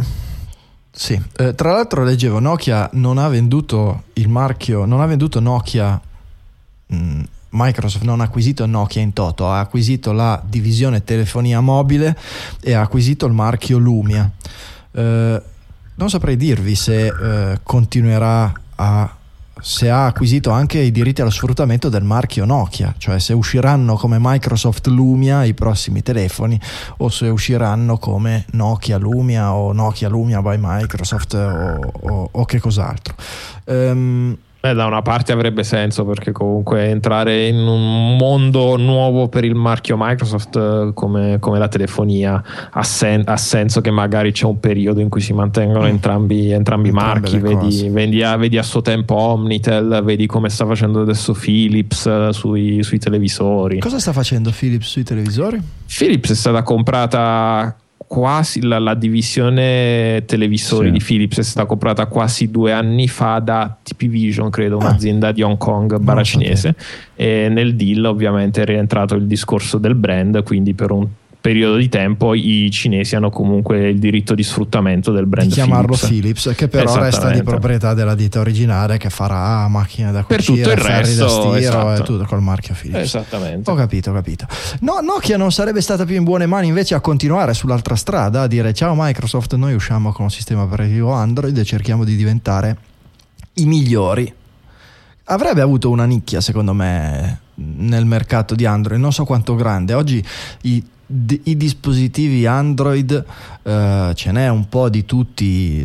sì, eh, tra l'altro leggevo, Nokia non ha venduto il marchio, non ha venduto Nokia, mh, Microsoft non ha acquisito Nokia in toto, ha acquisito la divisione telefonia mobile e ha acquisito il marchio Lumia. Eh, non saprei dirvi se eh, continuerà a, se ha acquisito anche i diritti allo sfruttamento del marchio Nokia, cioè se usciranno come Microsoft Lumia i prossimi telefoni, o se usciranno come Nokia Lumia o Nokia Lumia by Microsoft o, o, o che cos'altro. Um, Beh, da una parte avrebbe senso, perché comunque entrare in un mondo nuovo per il marchio Microsoft come, come la telefonia ha, sen- ha senso che magari c'è un periodo in cui si mantengono entrambi, entrambi i marchi. Vedi, vedi, a, vedi a suo tempo Omnitel, vedi come sta facendo adesso Philips sui, sui televisori. Cosa sta facendo Philips sui televisori? Philips è stata comprata quasi, la, la divisione televisori sì. di Philips è stata comprata quasi due anni fa da T P Vision, credo, un'azienda ah. di Hong Kong barra cinese, e nel deal ovviamente è rientrato il discorso del brand, quindi per un periodo di tempo i cinesi hanno comunque il diritto di sfruttamento del brand, di chiamarlo Philips, Philips, che però resta di proprietà della ditta originale, che farà macchine da cucire, per tutto il resto, da stiro, esatto. e tutto col marchio Philips. Esattamente. Ho capito, ho capito. No, Nokia non sarebbe stata più in buone mani invece a continuare sull'altra strada, a dire ciao Microsoft, noi usciamo con un sistema operativo Android e cerchiamo di diventare i migliori. Avrebbe avuto una nicchia secondo me nel mercato di Android, non so quanto grande. Oggi i d- i dispositivi Android uh, ce n'è un po' di tutti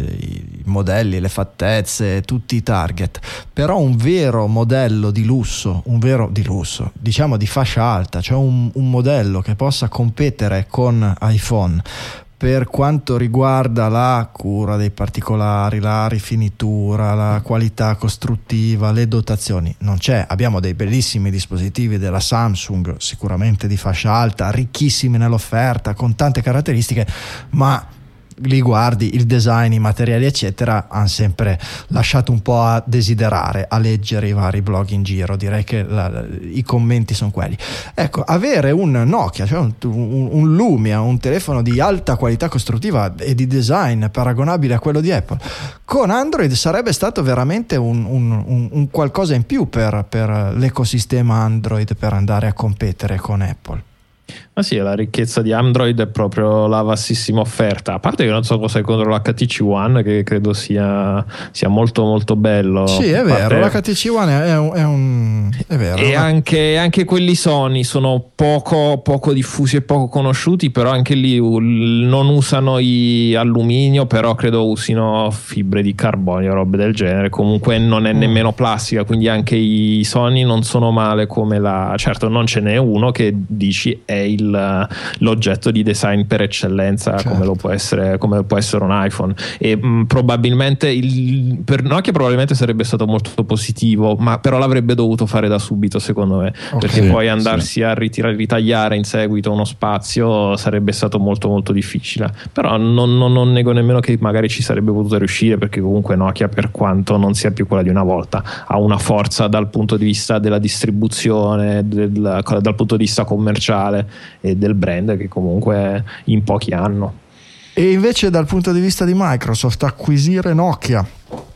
i modelli, le fattezze, tutti i target, però un vero modello di lusso, un vero di lusso, diciamo di fascia alta, cioè un, un modello che possa competere con iPhone per quanto riguarda la cura dei particolari, la rifinitura, la qualità costruttiva, le dotazioni, non c'è. Abbiamo dei bellissimi dispositivi della Samsung, sicuramente di fascia alta, ricchissimi nell'offerta, con tante caratteristiche, ma li guardi, il design, i materiali eccetera hanno sempre lasciato un po' a desiderare a leggere i vari blog in giro. Direi che la, la, i commenti sono quelli. Ecco, avere un Nokia, cioè un, un, un Lumia, un telefono di alta qualità costruttiva e di design paragonabile a quello di Apple con Android sarebbe stato veramente un, un, un, un qualcosa in più per, per l'ecosistema Android, per andare a competere con Apple. Ma sì, la ricchezza di Android è proprio la vastissima offerta, a parte che non so cosa è contro l'H T C One, che credo sia, sia molto molto bello. Sì, è vero, l'H T C One è un, è un è vero. E anche, anche quelli Sony sono poco, poco diffusi e poco conosciuti, però anche lì non usano i alluminio, però credo usino fibre di carbonio, robe del genere, comunque non è nemmeno plastica, quindi anche i Sony non sono male come la... Certo non ce n'è uno che dici è il l'oggetto di design per eccellenza, certo, come lo può essere come può essere un iPhone, e mh, probabilmente il, per Nokia probabilmente sarebbe stato molto positivo, ma però l'avrebbe dovuto fare da subito secondo me, okay, perché poi andarsi sì. a ritirare, ritagliare in seguito uno spazio sarebbe stato molto molto difficile, però non, non, non nego nemmeno che magari ci sarebbe potuto riuscire, perché comunque Nokia, per quanto non sia più quella di una volta, ha una forza dal punto di vista della distribuzione, del, dal punto di vista commerciale e del brand, che comunque in pochi hanno. E invece dal punto di vista di Microsoft, acquisire Nokia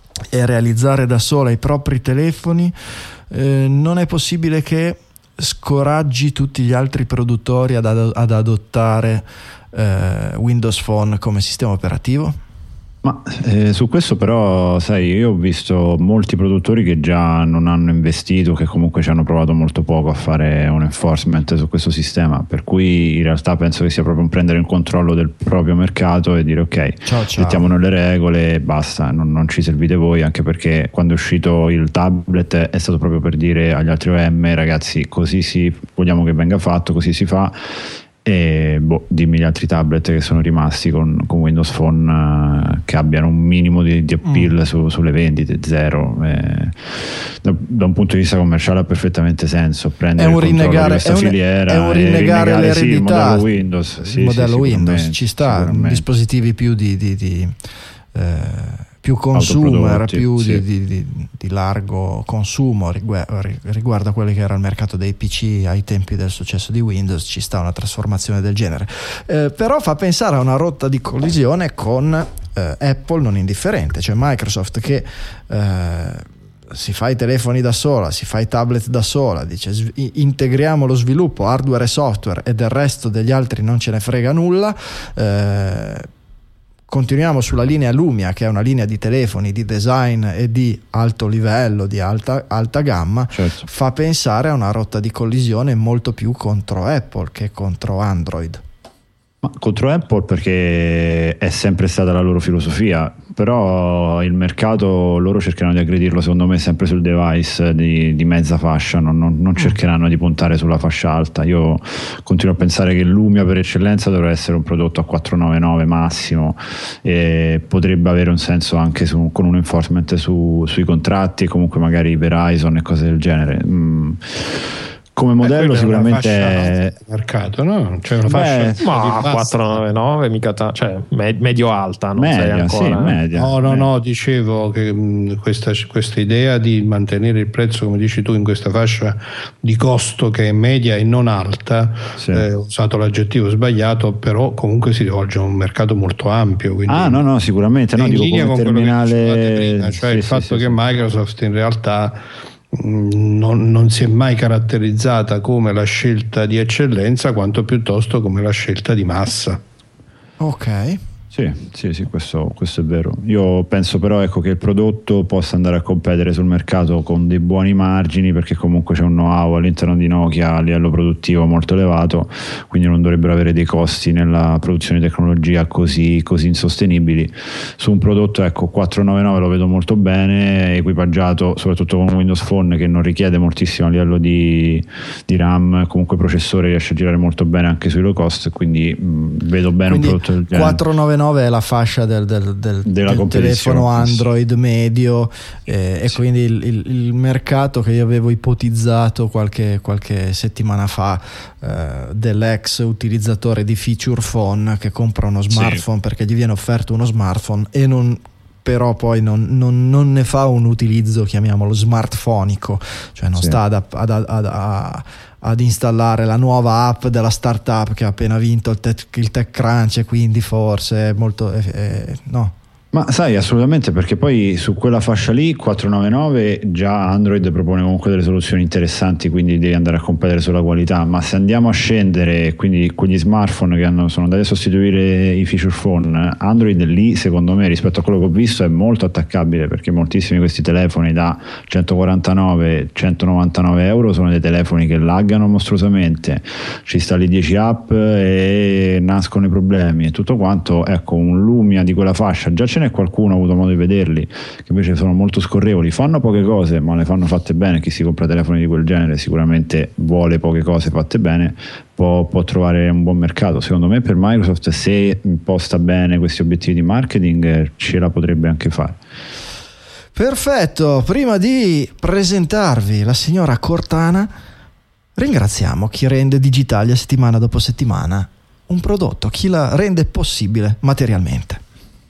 e realizzare da sola i propri telefoni, eh, non è possibile che scoraggi tutti gli altri produttori ad, ad adottare eh, Windows Phone come sistema operativo? Ma eh, su questo però, sai, io ho visto molti produttori che già non hanno investito, che comunque ci hanno provato molto poco a fare un enforcement su questo sistema, per cui in realtà penso che sia proprio un prendere il controllo del proprio mercato e dire ok, ciao, ciao. mettiamo le regole e basta, non, non ci servite voi, anche perché quando è uscito il tablet è stato proprio per dire agli altri O E M, ragazzi, così si vogliamo che venga fatto, così si fa. E boh, dimmi gli altri tablet che sono rimasti con, con Windows Phone uh, che abbiano un minimo di, di appeal mm. su, sulle vendite, zero. Eh, da, da un punto di vista commerciale ha perfettamente senso prendere è un il controllo rinnegare, di questa è un, filiera, è un rinnegare, rinnegare sì, il modello Windows, sì, il modello sì, Windows ci sta, dispositivi più di, di, di eh, più consumer, più sì. di, di, di largo consumo riguardo a quello che era il mercato dei P C ai tempi del successo di Windows, ci sta una trasformazione del genere, eh, però fa pensare a una rotta di collisione con eh, Apple non indifferente, cioè Microsoft che eh, si fa i telefoni da sola, si fa i tablet da sola, dice sv- integriamo lo sviluppo hardware e software e del resto degli altri non ce ne frega nulla, eh, continuiamo sulla linea Lumia, che è una linea di telefoni di design e di alto livello, di alta, alta gamma, certo. Fa pensare a una rotta di collisione molto più contro Apple che contro Android. Ma contro Apple perché è sempre stata la loro filosofia, però il mercato loro cercheranno di aggredirlo secondo me sempre sul device di, di mezza fascia, non, non, non cercheranno di puntare sulla fascia alta. Io continuo a pensare che Lumia per eccellenza dovrà essere un prodotto a quattrocentonovantanove massimo e potrebbe avere un senso anche su, con un enforcement su, sui contratti, comunque magari Verizon e cose del genere. Mm. Come modello sicuramente è mercato, no? C'è una fascia Beh, ma quattrocentonovantanove mica ta- cioè med- medio alta, non media, sei ancora. Sì, media, no, no, media. no, dicevo che mh, questa, questa idea di mantenere il prezzo, come dici tu, in questa fascia di costo che è media e non alta, sì. eh, ho usato l'aggettivo sbagliato, però comunque si rivolge a un mercato molto ampio. Quindi ah, no, no, sicuramente no, in dico linea come con terminale... quello che prima, cioè sì, il sì, fatto sì, che sì. Microsoft in realtà Non, non si è mai caratterizzata come la scelta di eccellenza quanto piuttosto come la scelta di massa. Ok, Sì, sì, sì, questo, questo è vero. Io penso però ecco, che il prodotto possa andare a competere sul mercato con dei buoni margini, perché comunque c'è un know-how all'interno di Nokia a livello produttivo molto elevato, quindi non dovrebbero avere dei costi nella produzione di tecnologia così, così insostenibili. Su un prodotto ecco quattrocentonovantanove lo vedo molto bene, equipaggiato soprattutto con un Windows Phone che non richiede moltissimo a livello di, di RAM, comunque il processore riesce a girare molto bene anche sui low cost, quindi mh, vedo bene quindi un prodotto del genere. quattrocentonovantanove è la fascia del, del, del, del telefono Android medio, eh, e sì. Quindi il, il, il mercato che io avevo ipotizzato qualche, qualche settimana fa, eh, dell'ex utilizzatore di feature phone che compra uno smartphone sì. perché gli viene offerto uno smartphone e non però poi non, non, non ne fa un utilizzo, chiamiamolo smartfonico, cioè non sì. sta ad, ad, ad, ad, ad installare la nuova app della startup che ha appena vinto il, tech, il TechCrunch, e quindi forse è molto eh, eh, no. Ma sai, assolutamente, perché poi su quella fascia lì quattrocentonovantanove già Android propone comunque delle soluzioni interessanti, quindi devi andare a competere sulla qualità. Ma se andiamo a scendere, quindi quegli smartphone che hanno, sono andati a sostituire i feature phone, Android lì secondo me rispetto a quello che ho visto è molto attaccabile, perché moltissimi di questi telefoni da centoquarantanove centonovantanove euro sono dei telefoni che laggano mostruosamente, ci installi dieci app e nascono i problemi e tutto quanto. Ecco, un Lumia di quella fascia, già ce n'è qualcuno, ho avuto modo di vederli, che invece sono molto scorrevoli, fanno poche cose ma le fanno fatte bene. Chi si compra telefoni di quel genere sicuramente vuole poche cose fatte bene, può, può trovare un buon mercato. Secondo me per Microsoft, se imposta bene questi obiettivi di marketing, ce la potrebbe anche fare. Perfetto, prima di presentarvi la signora Cortana, ringraziamo chi rende Digitalia settimana dopo settimana un prodotto, chi la rende possibile materialmente.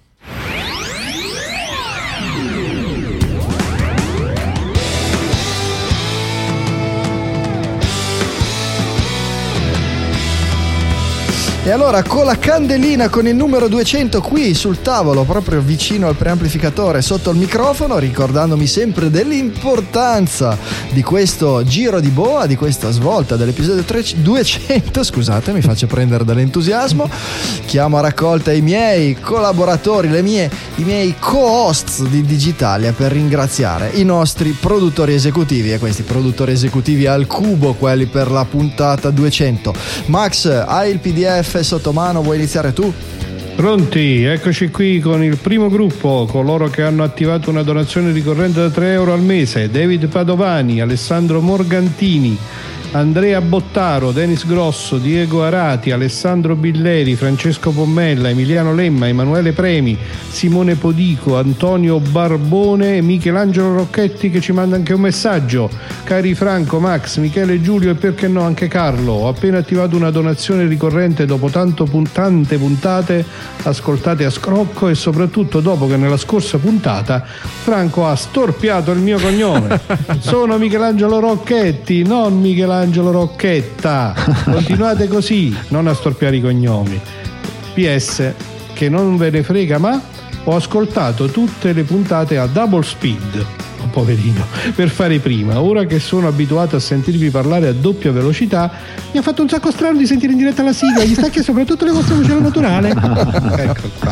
E allora, con la candelina con il numero duecento qui sul tavolo, proprio vicino al preamplificatore, sotto il microfono, ricordandomi sempre dell'importanza di questo giro di boa, di questa svolta dell'episodio duecento, scusate, mi faccio prendere dall'entusiasmo, chiamo a raccolta i miei collaboratori, le mie, i miei co-hosts di Digitalia per ringraziare i nostri produttori esecutivi, e questi produttori esecutivi al cubo, quelli per la puntata duecento. Max, hai il P D F sotto mano, vuoi iniziare tu? Pronti, eccoci qui con il primo gruppo, coloro che hanno attivato una donazione ricorrente da tre euro al mese: David Padovani, Alessandro Morgantini, Andrea Bottaro, Denis Grosso, Diego Arati, Alessandro Billeri, Francesco Pommella, Emiliano Lemma, Emanuele Premi, Simone Podico, Antonio Barbone e Michelangelo Rocchetti, che ci manda anche un messaggio. Cari Franco, Max, Michele, Giulio e perché no anche Carlo, ho appena attivato una donazione ricorrente dopo tanto pun- tante puntate ascoltate a scrocco, e soprattutto dopo che nella scorsa puntata Franco ha storpiato il mio cognome. Sono Michelangelo Rocchetti, non Michelangelo Angelo Rocchetta. Continuate così, non a storpiare i cognomi. P S, che non ve ne frega, ma ho ascoltato tutte le puntate a double speed, poverino, per fare prima. Ora che sono abituato a sentirvi parlare a doppia velocità, mi ha fatto un sacco strano di sentire in diretta la sigla, gli stacchi soprattutto le vostre voci naturale. Ecco qua.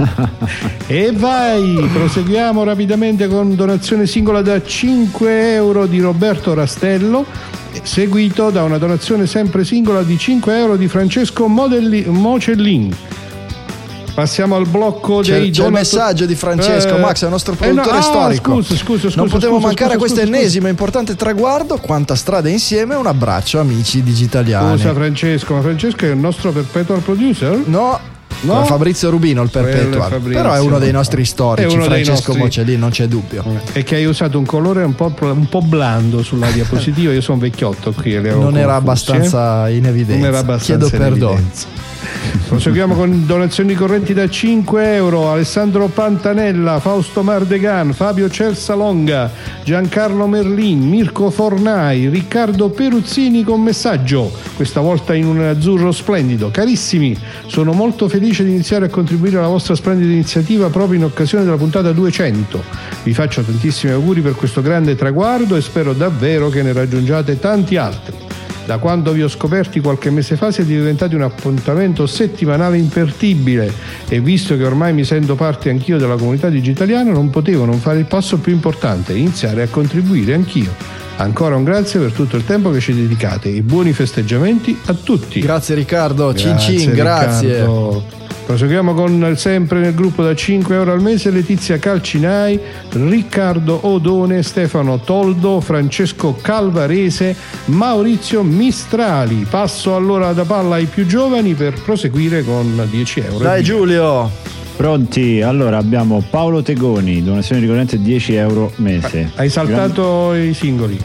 E vai, proseguiamo rapidamente con donazione singola da cinque euro di Roberto Rastello, seguito da una donazione sempre singola di cinque euro di Francesco Modelli- Mocellin. Passiamo al blocco c'è, dei c'è il messaggio di Francesco. eh, Max è il nostro produttore eh no, ah, storico. Scusa, scusa, scusa, non potevo scusa, mancare scusa, a questo scusa, ennesimo scusa. importante traguardo. Quanta strada insieme. Un abbraccio, amici digitaliani. Scusa Francesco, ma Francesco è il nostro perpetual producer? No. No, Fabrizio Rubino il perpetual, Fabrizio, però è uno dei nostri storici, Francesco nostri... Mocellin, non c'è dubbio. E che hai usato un colore un po', un po' blando sulla diapositiva. Io sono vecchiotto qui, le non confusi, era abbastanza eh? in evidenza, non era abbastanza chiedo perdono. Proseguiamo con donazioni correnti da cinque euro. Alessandro Pantanella, Fausto Mardegan, Fabio Celsalonga, Giancarlo Merlin, Mirko Fornai, Riccardo Peruzzini con messaggio, questa volta in un azzurro splendido. Carissimi, sono molto felice di iniziare a contribuire alla vostra splendida iniziativa proprio in occasione della puntata duecento. Vi faccio tantissimi auguri per questo grande traguardo e spero davvero che ne raggiungiate tanti altri. Da quando vi ho scoperti qualche mese fa siete diventati un appuntamento settimanale imperdibile e visto che ormai mi sento parte anch'io della comunità digitaliana, non potevo non fare il passo più importante, iniziare a contribuire anch'io. Ancora un grazie per tutto il tempo che ci dedicate e buoni festeggiamenti a tutti. Grazie Riccardo, grazie, cin cin, grazie. Riccardo. Proseguiamo con sempre nel gruppo da cinque euro al mese Letizia Calcinai, Riccardo Odone, Stefano Toldo, Francesco Calvarese, Maurizio Mistrali. Passo allora da palla ai più giovani per proseguire con dieci euro. Dai Giulio. Pronti? Allora abbiamo Paolo Tegoni, donazione ricorrente dieci euro mese. Hai saltato Grande... i singoli.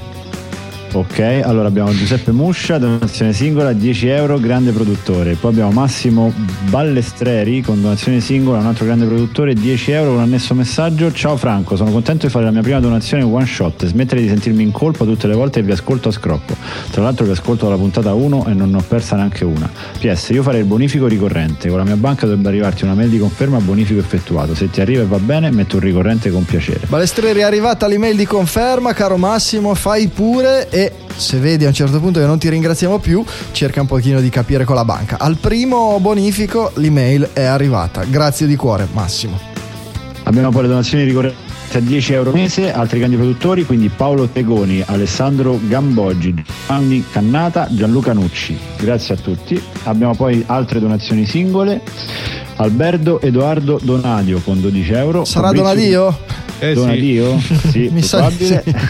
Ok, allora abbiamo Giuseppe Muscia, donazione singola dieci euro, grande produttore. Poi abbiamo Massimo Ballestreri con donazione singola, un altro grande produttore, dieci euro, un annesso messaggio. Ciao Franco, sono contento di fare la mia prima donazione one shot, smettere di sentirmi in colpa tutte le volte che vi ascolto a scrocco. Tra l'altro vi ascolto dalla puntata uno e non ne ho persa neanche una. P S, io farei il bonifico ricorrente, con la mia banca dovrebbe arrivarti una mail di conferma bonifico effettuato. Se ti arriva e va bene, metto un ricorrente con piacere. Ballestreri, è arrivata l'email di conferma, caro Massimo, fai pure. E se vedi a un certo punto che non ti ringraziamo più, cerca un pochino di capire con la banca. Al primo bonifico l'email è arrivata. Grazie di cuore Massimo. Abbiamo poi le donazioni ricorrenti a dieci euro mese, altri grandi produttori, quindi Paolo Tegoni, Alessandro Gamboggi, Giovanni Cannata, Gianluca Nucci. Grazie a tutti. Abbiamo poi altre donazioni singole. Alberto Edoardo Donadio con dodici euro. Sarà Fabrizio... Donadio? Eh, Donadio? Sì, sì mi probabile. Sa...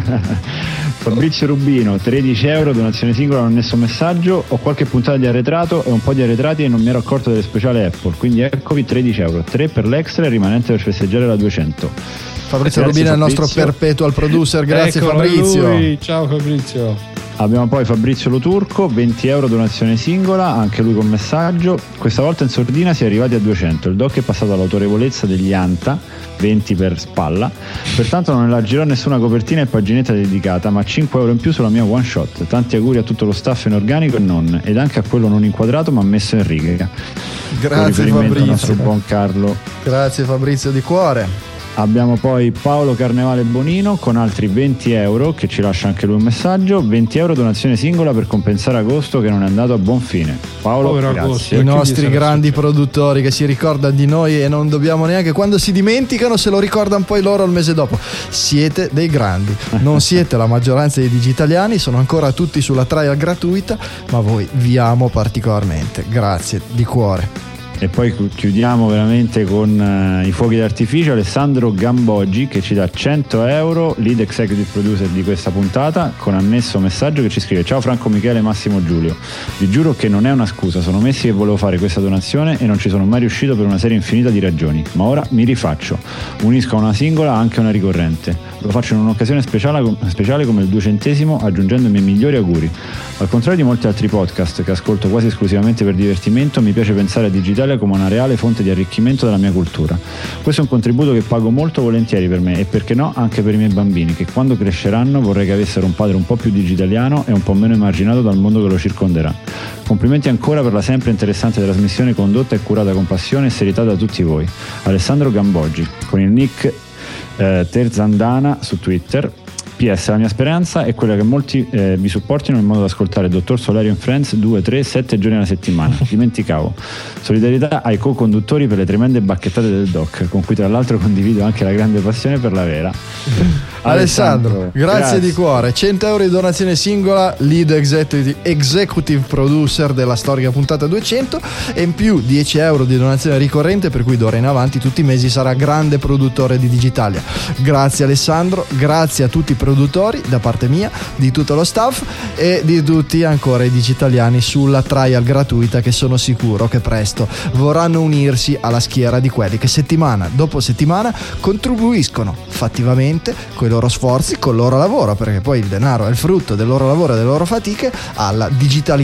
Fabrizio Rubino, tredici euro, donazione singola, non nesso messaggio. Ho qualche puntata di arretrato e un po' di arretrati e non mi ero accorto delle speciali Apple, quindi eccovi tredici euro, tre per l'extra e rimanente per festeggiare la duecento. Fabrizio Rubino è il nostro perpetual producer, grazie. Eccolo, Fabrizio. Lui. Ciao Fabrizio. Abbiamo poi Fabrizio Loturco, venti euro donazione singola, anche lui con messaggio. Questa volta in sordina si è arrivati a duecento. Il doc è passato all'autorevolezza degli Anta, venti per spalla. Pertanto non elargirò nessuna copertina e paginetta dedicata, ma cinque euro in più sulla mia one shot. Tanti auguri a tutto lo staff in organico e non, ed anche a quello non inquadrato ma messo in riga. Grazie Fabrizio. Al nostro buon Carlo. Grazie Fabrizio di cuore. Abbiamo poi Paolo Carnevale Bonino con altri venti euro, che ci lascia anche lui un messaggio. venti euro donazione singola per compensare agosto che non è andato a buon fine. Paolo, Povero grazie. Agosto. I nostri grandi produttori che si ricordano di noi e non dobbiamo neanche, quando si dimenticano se lo ricordano poi loro il mese dopo. Siete dei grandi, non siete la maggioranza dei digitaliani, sono ancora tutti sulla trial gratuita, ma voi vi amo particolarmente. Grazie di cuore. E poi chiudiamo veramente con uh, i fuochi d'artificio. Alessandro Gamboggi che ci dà cento euro, lead executive producer di questa puntata, con annesso messaggio che ci scrive: ciao Franco, Michele, Massimo, Giulio, vi giuro che non è una scusa, sono mesi che volevo fare questa donazione e non ci sono mai riuscito per una serie infinita di ragioni, ma ora mi rifaccio, unisco a una singola anche una ricorrente, lo faccio in un'occasione speciale, speciale come il duecentesimo, aggiungendo i miei migliori auguri. Al contrario di molti altri podcast che ascolto quasi esclusivamente per divertimento, mi piace pensare a digitale come una reale fonte di arricchimento della mia cultura. Questo è un contributo che pago molto volentieri per me e, perché no, anche per i miei bambini, che quando cresceranno vorrei che avessero un padre un po' più digitaliano e un po' meno emarginato dal mondo che lo circonderà. Complimenti ancora per la sempre interessante trasmissione condotta e curata con passione e serietà da tutti voi. Alessandro Gamboggi con il nick eh, Terzandana su Twitter. P S, la mia speranza è quella che molti eh, vi supportino in modo da ascoltare il dottor Solerio in Friends due, tre, sette giorni alla settimana. Dimenticavo. Solidarietà ai co-conduttori per le tremende bacchettate del doc, con cui tra l'altro condivido anche la grande passione per la vera. Alessandro, Alessandro grazie, grazie di cuore. cento euro di donazione singola, lead executive, executive producer della storica puntata duecento, e in più dieci euro di donazione ricorrente, per cui d'ora in avanti tutti i mesi sarà grande produttore di Digitalia. Grazie Alessandro, grazie a tutti i produttori da parte mia, di tutto lo staff e di tutti ancora i digitaliani sulla trial gratuita, che sono sicuro che presto vorranno unirsi alla schiera di quelli che settimana dopo settimana contribuiscono fattivamente con i loro sforzi, col loro lavoro, perché poi il denaro è il frutto del loro lavoro e delle loro fatiche, alla digitali-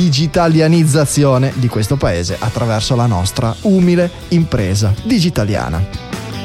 digitalianizzazione di questo paese attraverso la nostra umile impresa digitaliana.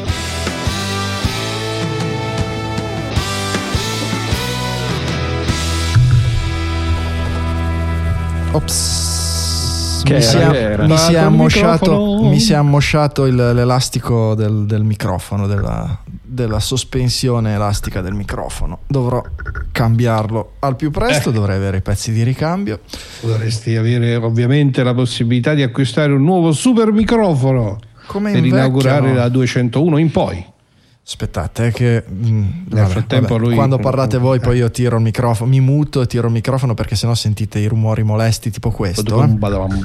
Ops. Che mi, si era, è, era. mi, si è ammosciato, microfono. mi si è ammosciato il, l'elastico del, del microfono della, della sospensione elastica del microfono. Dovrò cambiarlo al più presto, eh. dovrei avere i pezzi di ricambio. Dovresti avere ovviamente la possibilità di acquistare un nuovo super microfono come per inaugurare la duecentouno in poi. Aspettate che mh, nel frattempo vabbè, lui quando parlate voi poi io tiro il microfono, mi muto e tiro il microfono perché sennò sentite i rumori molesti tipo questo. Eh?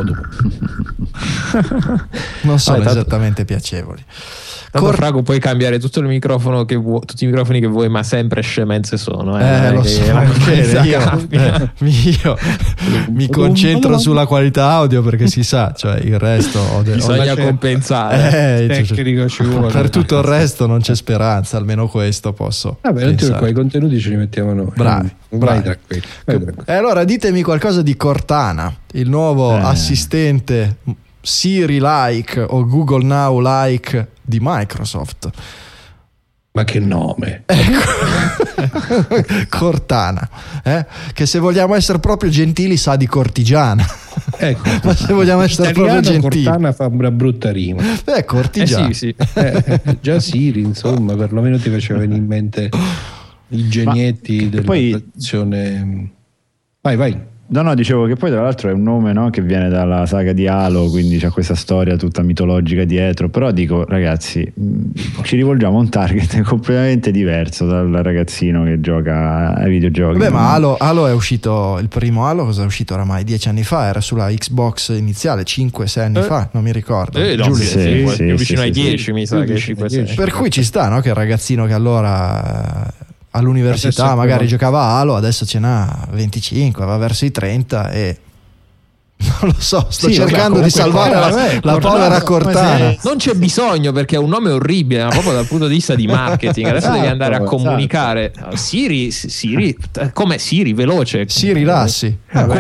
Non sono ah, esattamente piacevoli. Cor- Frago, puoi cambiare tutto il microfono che vuoi, tutti i microfoni che vuoi, ma sempre scemenze sono. Eh, eh lo so, io, eh, io mi concentro sulla qualità audio perché si sa, cioè il resto ho de- bisogna ho compensare. Eh, tecnico ci vuole. Per tutto il resto non c'è speranza, almeno questo posso. Vabbè, non ti quei contenuti ce li mettiamo noi. Bravi, bravi. Tranquilli. E eh, allora ditemi qualcosa di Cortana, il nuovo eh. assistente Siri-like o Google Now-like di Microsoft. Ma che nome! Ecco. Cortana, eh? Che se vogliamo essere proprio gentili sa di cortigiana. Ecco. Ma se vogliamo essere proprio gentili, Cortana fa una brutta rima. Eh, cortigiana. Eh, sì, sì. eh, già Siri, insomma, perlomeno ti faceva venire in mente i genietti Ma, della poi... produzione. Vai, vai. No, no, dicevo che poi tra l'altro è un nome, no, che viene dalla saga di Halo, quindi c'è questa storia tutta mitologica dietro, però dico ragazzi, mh, ci rivolgiamo a un target completamente diverso dal ragazzino che gioca ai videogiochi. Beh, ma Halo, Halo è uscito, il primo Halo cosa è uscito oramai dieci anni fa, era sulla Xbox iniziale, cinque sei anni eh. fa, non mi ricordo. Eh, no, Giulio, sì, sì, sì, più vicino sì, ai dieci sì, mi sa che cinque sei. Per cui ci sta, no, che il ragazzino che allora all'università adesso magari giocava a Halo, adesso ce n'ha venticinque, va verso i trenta e non lo so, sto sì, cercando vabbè, di salvare la, vabbè, la povera Cortana. Non c'è bisogno perché è un nome orribile, ma proprio dal punto di vista di marketing. Adesso esatto, devi andare a comunicare esatto. Siri, Siri, come Siri, veloce. Siri Lassi.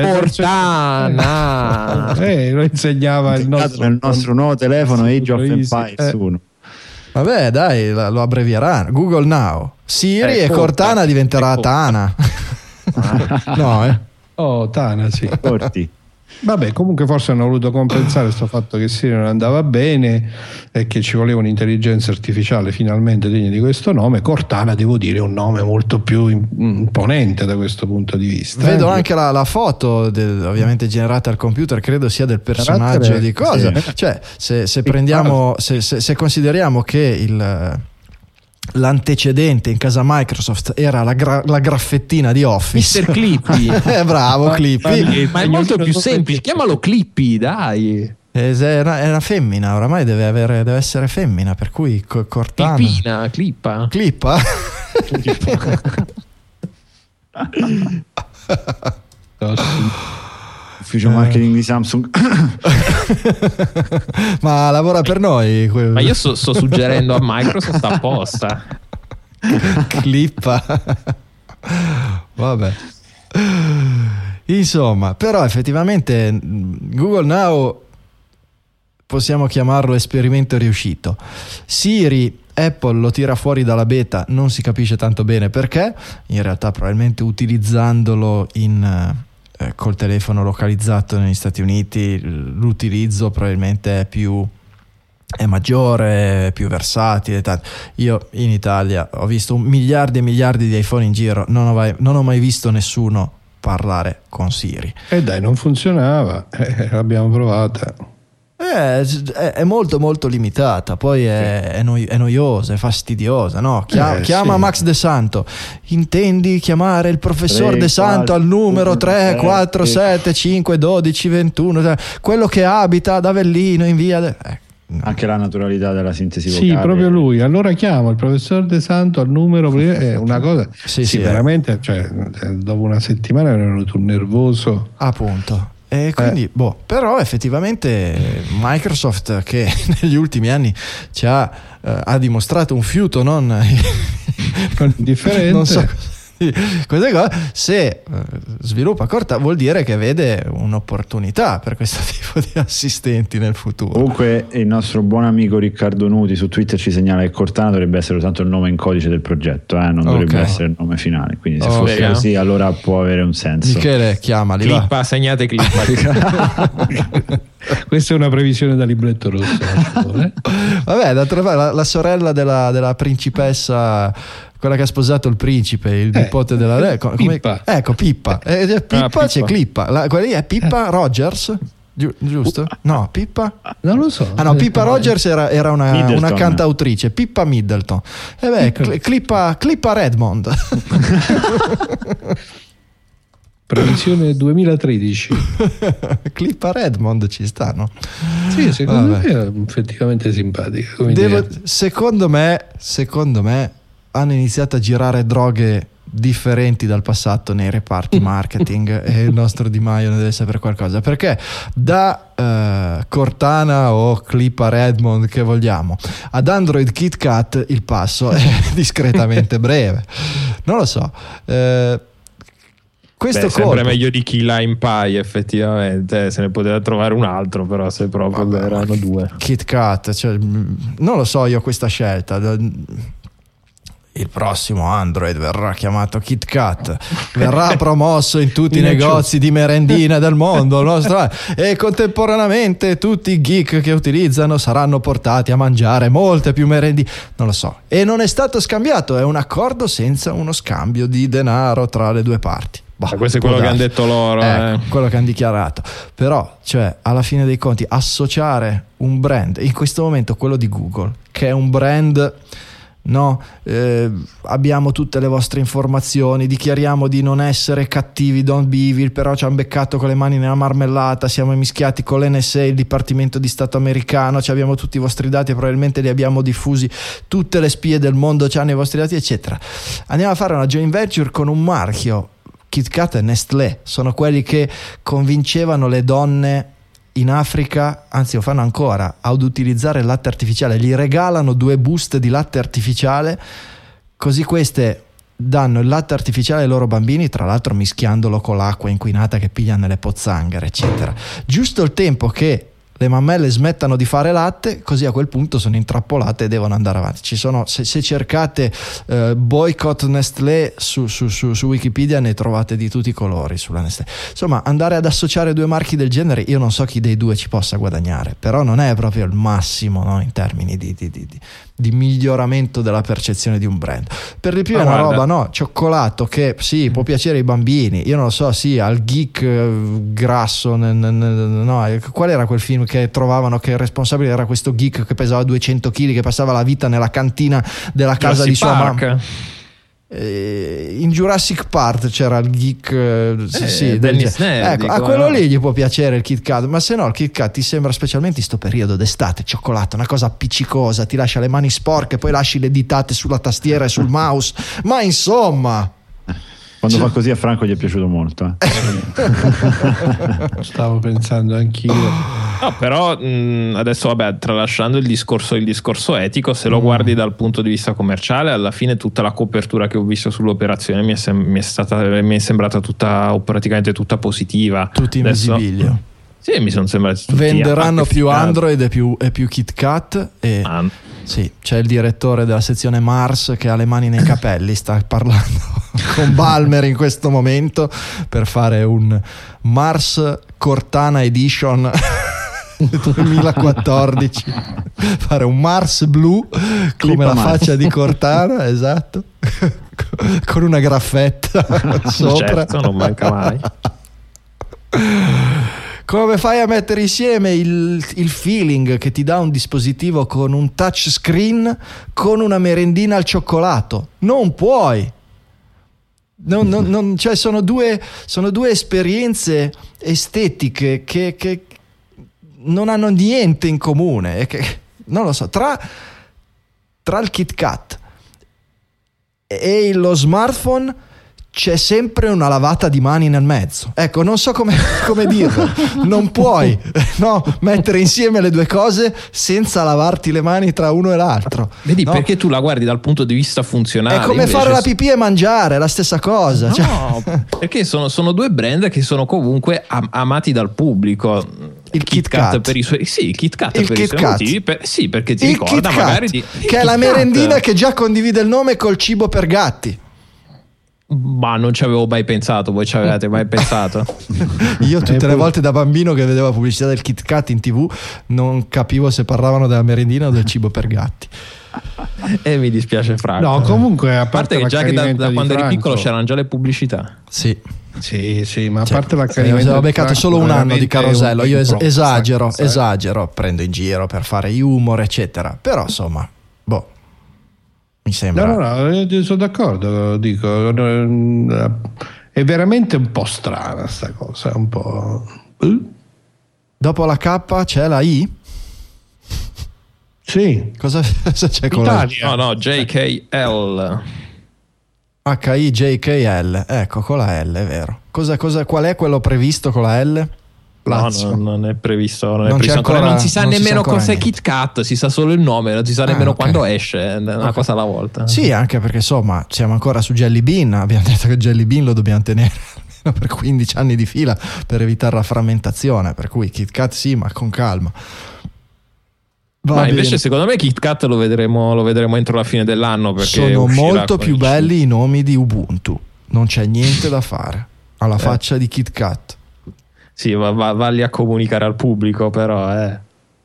Cortana. Eh, lo insegnava il nostro, il nostro nuovo telefono Age of Empires uno. Vabbè, dai, lo abbrevieranno. Google Now. Siri eh, e Cortana diventerà Tana. No, eh. Oh, Tana, sì. Corti. Vabbè, comunque forse hanno voluto compensare questo fatto che Siri non andava bene e che ci voleva un'intelligenza artificiale finalmente degna di questo nome. Cortana, devo dire, è un nome molto più imponente da questo punto di vista. Vedo eh. anche la, la foto del, ovviamente generata al computer, credo sia del personaggio di cosa. Sì. Cioè, se, se prendiamo, se, se, se consideriamo che il l'antecedente in casa Microsoft era la, gra- la graffettina di Office, mister Clippy. eh, bravo Clippy, ma è molto più semplice, chiamalo Clippy, dai. È una, è una femmina, oramai deve, avere, deve essere femmina, per cui Cortana. Clippina, Clippa. Clippa? Ufficio marketing di Samsung. Ma lavora per noi. Ma io sto, sto suggerendo a Microsoft apposta. Clippa. Vabbè. Insomma, però effettivamente Google Now possiamo chiamarlo esperimento riuscito. Siri, Apple lo tira fuori dalla beta, non si capisce tanto bene perché, in realtà probabilmente utilizzandolo in eh, col telefono localizzato negli Stati Uniti l'utilizzo probabilmente è più è maggiore, è più versatile. Io in Italia ho visto un miliardi e miliardi di iPhone in giro, non ho mai, non ho mai visto nessuno parlare con Siri. E eh dai, non funzionava, eh, l'abbiamo provata. Eh, è, è molto molto limitata, poi è, è, noi, è noiosa, è fastidiosa, no? Chiama, eh, chiama sì. Max De Santo, intendi chiamare il professor tre, De Santo quattro, al numero tre quattro sette cinque dodici ventuno, quello che abita ad Avellino in via de... eh. Anche la naturalità della sintesi vocale. Sì, proprio lui. Allora chiamo il professor De Santo al numero, è una cosa sì, sì, sì veramente, cioè, dopo una settimana ero venuto un nervoso, appunto. E quindi, eh. boh, però effettivamente Microsoft, che negli ultimi anni ci ha, eh, ha dimostrato un fiuto non, non indifferente, non so, queste cose, se sviluppa Cortana vuol dire che vede un'opportunità per questo tipo di assistenti nel futuro. Comunque il nostro buon amico Riccardo Nuti su Twitter ci segnala che Cortana dovrebbe essere soltanto il nome in codice del progetto, eh? non dovrebbe okay. essere il nome finale, quindi se okay. fosse così allora può avere un senso. Michele, chiamali, clippa, va. segnate clippa. Questa è una previsione da libretto rosso. Eh? Vabbè, d'altra parte la, la sorella della, della principessa, quella che ha sposato il principe, il eh, nipote della re, come, Pippa. Ecco, Pippa. Eh, Pippa, ah, Pippa c'è Clippa. La, quella lì è Pippa eh. Rogers. Gi- giusto? No, Pippa? Non lo so. Ah no, Pippa Rogers era, era una, una cantautrice, Pippa Middleton. E eh beh, cl- Clippa, Clippa Redmond. Previsione duemilatredici. Clippa Redmond ci sta, no? Sì, secondo Vabbè. me è effettivamente simpatica. Come Devo, secondo me, secondo me hanno iniziato a girare droghe differenti dal passato nei reparti marketing e il nostro Di Maio ne deve sapere qualcosa, perché da uh, Cortana o Clippa Redmond che vogliamo ad Android KitKat il passo è discretamente breve, non lo so. Uh, Questo Beh, sempre meglio di Key Lime Pie, effettivamente. Se ne poteva trovare un altro, però se proprio Vabbè, erano due. KitKat, cioè, non lo so io questa scelta. Il prossimo Android verrà chiamato KitKat, verrà promosso in tutti i negozi di merendine del mondo nostro, e contemporaneamente tutti i geek che utilizzano saranno portati a mangiare molte più merendine. Non lo so. E non è stato scambiato, è un accordo senza uno scambio di denaro tra le due parti. Bah, questo è quello che hanno detto loro, eh, eh. quello che hanno dichiarato. Però, cioè, alla fine dei conti, associare un brand, in questo momento quello di Google, che è un brand, no, eh, abbiamo tutte le vostre informazioni, dichiariamo di non essere cattivi, don't be evil, però ci hanno beccato con le mani nella marmellata, siamo mischiati con l'N S A, il Dipartimento di Stato americano, ci abbiamo tutti i vostri dati e probabilmente li abbiamo diffusi, tutte le spie del mondo hanno i vostri dati, eccetera. Andiamo a fare una joint venture con un marchio. KitKat e Nestlé sono quelli che convincevano le donne in Africa, anzi lo fanno ancora, ad utilizzare il latte artificiale. Gli regalano due buste di latte artificiale, così queste danno il latte artificiale ai loro bambini, tra l'altro mischiandolo con l'acqua inquinata che pigliano nelle pozzanghere, eccetera. Giusto il tempo che le mammelle smettano di fare latte, così a quel punto sono intrappolate e devono andare avanti. Ci sono, se, se cercate uh, boycott Nestlé su, su, su, su Wikipedia ne trovate di tutti i colori sulla Nestlé. Insomma, andare ad associare due marchi del genere, io non so chi dei due ci possa guadagnare, però non è proprio il massimo, no, in termini di, di, di, di, di miglioramento della percezione di un brand. Per di più è una guarda. roba, no, cioccolato che sì, può piacere ai bambini, io non lo so, sì, al geek uh, grasso, n- n- n- no, qual era quel film che trovavano che il responsabile era questo geek che pesava duecento chili, che passava la vita nella cantina della casa Jurassic di sua Park. mamma. Eh, in Jurassic Park c'era il geek, eh, sì, eh, sì, del del, ecco, a quello lì gli può piacere il KitKat, ma se no il KitKat ti sembra, specialmente in sto periodo d'estate, cioccolato, una cosa appiccicosa, ti lascia le mani sporche, poi lasci le ditate sulla tastiera e sul mouse, ma insomma. Quando fa così a Franco gli è piaciuto molto, eh. Stavo pensando anch'io. No, però mh, adesso vabbè, tralasciando il discorso il discorso etico, se lo mm. guardi dal punto di vista commerciale, alla fine tutta la copertura che ho visto sull'operazione mi è, sem- mi è stata mi è sembrata tutta, o praticamente tutta positiva. Tutti in visibilio. Sì, mi sono sembrati tutti. Venderanno più Android e più, e più KitKat e ah. Sì, c'è il direttore della sezione Mars che ha le mani nei capelli, sta parlando con Balmer in questo momento per fare un Mars Cortana Edition duemilaquattordici, fare un Mars blu come Clippa la Mars. Faccia di Cortana, esatto, con una graffetta sopra. Certo, non manca mai. Come fai a mettere insieme il, il feeling che ti dà un dispositivo con un touchscreen con una merendina al cioccolato? Non puoi. Non, non, non, cioè sono due, sono due esperienze estetiche che, che non hanno niente in comune. E che, non lo so, tra, tra il KitKat e lo smartphone c'è sempre una lavata di mani nel mezzo. Ecco, non so come, come dirlo. Non puoi no, mettere insieme le due cose senza lavarti le mani tra uno e l'altro. Vedi, no? Perché tu la guardi dal punto di vista funzionale. È come fare la pipì e mangiare, è la stessa cosa. No, cioè... perché sono, sono due brand che sono comunque am- amati dal pubblico. Il Kit Kat per i suoi sì, il Kit Kat il per Kit i suoi Kat. motivi, per, sì, perché ti il ricorda magari di, che è la merendina che già condivide il nome col cibo per gatti. Ma non ci avevo mai pensato, voi ci avevate mai pensato? Io tutte le volte da bambino che vedevo la pubblicità del Kit Kat in tv non capivo se parlavano della merendina o del cibo per gatti. E mi dispiace Franco. No, comunque a A parte, parte, che già che da, da quando Franco, eri piccolo c'erano già le pubblicità. Sì. Sì, sì, ma a Cioè, parte l'accanimento, ho beccato solo un anno di Carosello. Io es- esagero, sai? esagero, prendo in giro per fare humor, eccetera. Però insomma, boh, mi sembra. No, no, no, io sono d'accordo. Dico, è veramente un po' strana sta cosa, un po'. Dopo la K c'è la I? Sì. Cosa, cosa c'è con Italia. No, no, J K L. H I J K L, ecco, con la L, è vero. Cosa, cosa, qual è quello previsto con la L? No, no, non è previsto. Non, Non è c'è previsto ancora, ancora- non si sa non si sa nemmeno ancora cos'è niente. Kit Kat, si sa solo il nome, non si sa Ah, nemmeno ok. quando esce, è una Ok. cosa alla volta. Sì, anche perché insomma siamo ancora su Jelly Bean, abbiamo detto che Jelly Bean lo dobbiamo tenere almeno per quindici anni di fila per evitare la frammentazione, per cui Kit Kat sì, ma con calma. Va Ma bene. invece secondo me Kit Kat lo vedremo, lo vedremo entro la fine dell'anno, perché Sono uscirà molto con più il- belli i nomi di Ubuntu, non c'è niente da fare, alla Eh. faccia di Kit Kat. Sì, va, va, valli a comunicare al pubblico, però eh.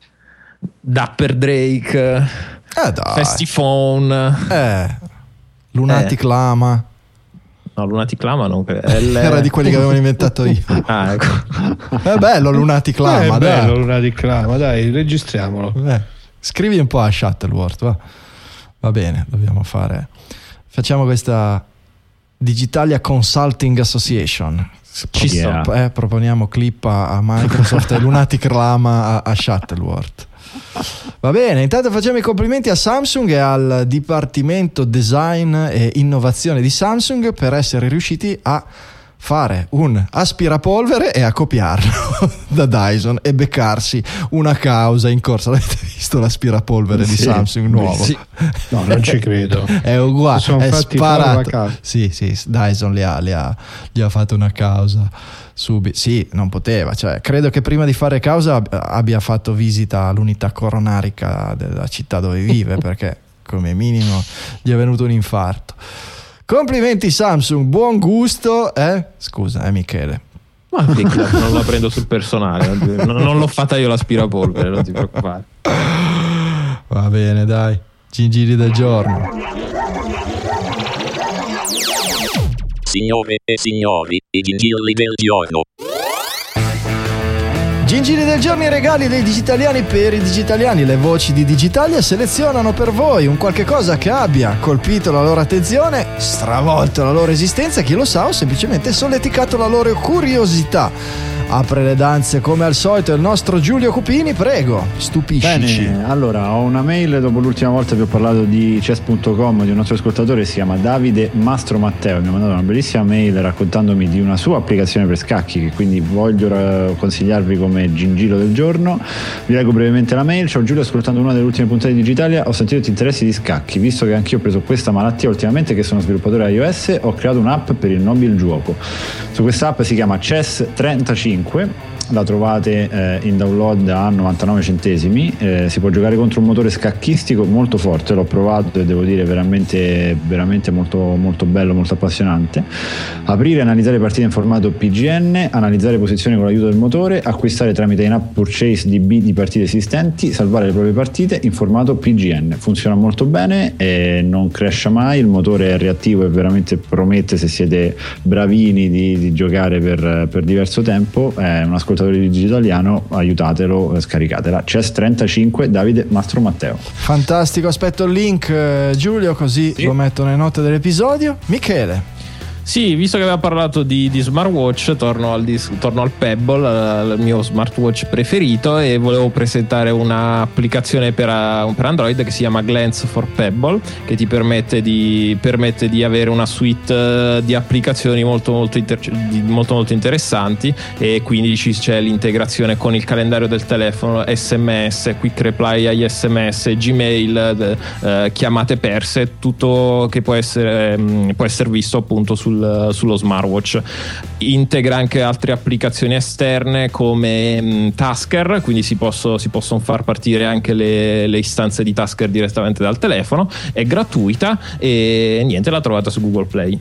Dapper Drake, Eh dai, Festiphone, eh, Lunatic Eh. Lama, no, Lunatic Lama non credo. L- era di quelli che avevano inventato io. Ah, ecco. È bello Lunatic Lama, è dai. bello una declama, dai, registriamolo. Eh, scrivi un po' a Shuttleworth, va. Va bene, dobbiamo fare. Facciamo questa Digitalia Consulting Association. Ci sto. Eh, proponiamo clip a, a Microsoft e Lunatic Lama a, a Shuttleworth. Va bene, intanto facciamo i complimenti a Samsung e al Dipartimento Design e Innovazione di Samsung per essere riusciti a fare un aspirapolvere e a copiarlo da Dyson e beccarsi una causa in corsa. Avete visto l'aspirapolvere di Sì, Samsung nuovo? sì. No, non ci credo. È uguale, Sono è fatti fare la sparato. causa. Sì, sì, Dyson li ha, li ha, gli ha fatto una causa subito. Sì, non poteva. Cioè, credo che prima di fare causa ab- abbia fatto visita all'unità coronarica della città dove vive, perché come minimo gli è venuto un infarto. Complimenti Samsung, buon gusto. Eh? Scusa, eh Michele. Ma perché la- non la prendo sul personale, non, non l'ho fatta io l'aspirapolvere, non ti preoccupare. Va bene, dai. Gingilli del giorno. Signore e signori, i gingilli del giorno. Gingilli del giorno, i regali dei digitaliani per i digitaliani. Le voci di Digitalia selezionano per voi un qualche cosa che abbia colpito la loro attenzione, stravolto la loro esistenza, chi lo sa, o semplicemente solleticato la loro curiosità. Apre le danze come al solito il nostro Giulio Cupini, prego, stupiscici. Bene, allora ho una mail, dopo l'ultima volta vi ho parlato di chess punto com di un nostro ascoltatore, si chiama Davide Mastro Matteo, mi ha mandato una bellissima mail raccontandomi di una sua applicazione per scacchi che quindi voglio eh, consigliarvi come gingillo del giorno. Vi leggo brevemente la mail. Ciao Giulio, ascoltando una delle ultime puntate di Digitalia ho sentito ti interessi di scacchi, visto che anch'io ho preso questa malattia ultimamente, che sono sviluppatore iOS, ho creato un'app per il nobile gioco. Su questa app si chiama Chess trentacinque, la trovate eh, in download a novantanove centesimi, eh, si può giocare contro un motore scacchistico molto forte, l'ho provato e devo dire veramente, veramente molto, molto bello, molto appassionante. Aprire e analizzare partite in formato P G N, analizzare posizioni con l'aiuto del motore, acquistare tramite in-app purchase D B di partite esistenti, salvare le proprie partite in formato P G N. Funziona molto bene e non crasha mai, il motore è reattivo e veramente promette, se siete bravini di, di giocare per, per diverso tempo. È un ascoltatore di Digitaliano, aiutatelo, scaricatela. Chess trentacinque, Davide Mastro Matteo. Fantastico, aspetto il link, eh, Giulio, così Sì. lo metto nelle note dell'episodio. Michele. Sì, visto che aveva parlato di, di smartwatch, torno al, dis, torno al Pebble, al mio smartwatch preferito, e volevo presentare un'applicazione per, per Android che si chiama Glance for Pebble, che ti permette di, permette di avere una suite di applicazioni molto molto, inter, molto molto interessanti, e quindi c'è l'integrazione con il calendario del telefono, sms, quick reply agli sms, Gmail, eh, chiamate perse, tutto che può essere, può essere visto appunto sul sullo smartwatch. Integra anche altre applicazioni esterne come mh, Tasker, quindi si, posso, si possono far partire anche le, le istanze di Tasker direttamente dal telefono, è gratuita e niente, l'ha trovata su Google Play.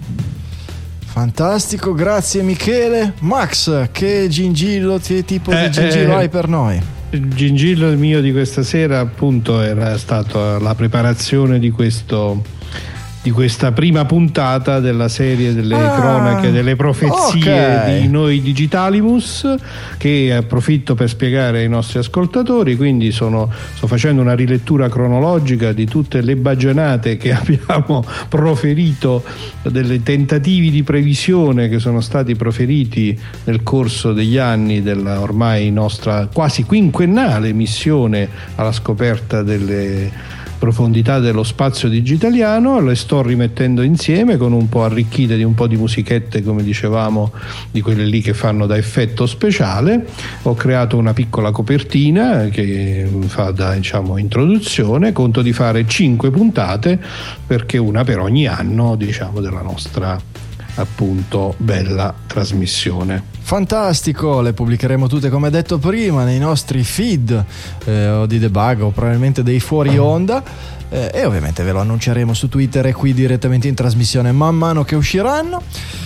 Fantastico, grazie Michele. Max, che gingillo, che tipo eh, di gingillo eh, hai per noi? Il gingillo mio di questa sera appunto era stato la preparazione di questo di questa prima puntata della serie delle ah, cronache delle profezie okay. di Noi Digitalimus, che approfitto per spiegare ai nostri ascoltatori. Quindi sono, sto facendo una rilettura cronologica di tutte le baggianate che abbiamo proferito, delle tentativi di previsione che sono stati proferiti nel corso degli anni della ormai nostra quasi quinquennale missione alla scoperta delle profondità dello spazio digitaliano. Le sto rimettendo insieme con un po' arricchite di un po' di musichette, come dicevamo, di quelle lì che fanno da effetto speciale. Ho creato una piccola copertina che fa da, diciamo, introduzione. Conto di fare cinque puntate, perché una per ogni anno, diciamo, della nostra appunto bella trasmissione. Fantastico, le pubblicheremo tutte come detto prima nei nostri feed eh, o di debug o probabilmente dei fuori onda, eh, e ovviamente ve lo annunceremo su Twitter e qui direttamente in trasmissione man mano che usciranno.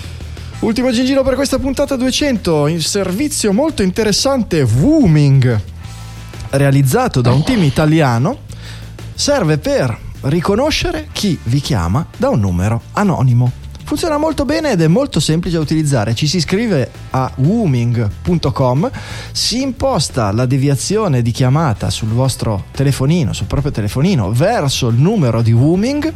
Ultimo gingillo per questa puntata duecento, in servizio molto interessante Wooming, realizzato da un team italiano, serve per riconoscere chi vi chiama da un numero anonimo. Funziona molto bene ed è molto semplice da utilizzare. Ci si iscrive a wooming punto com, si imposta la deviazione di chiamata sul vostro telefonino, sul proprio telefonino, verso il numero di Wooming.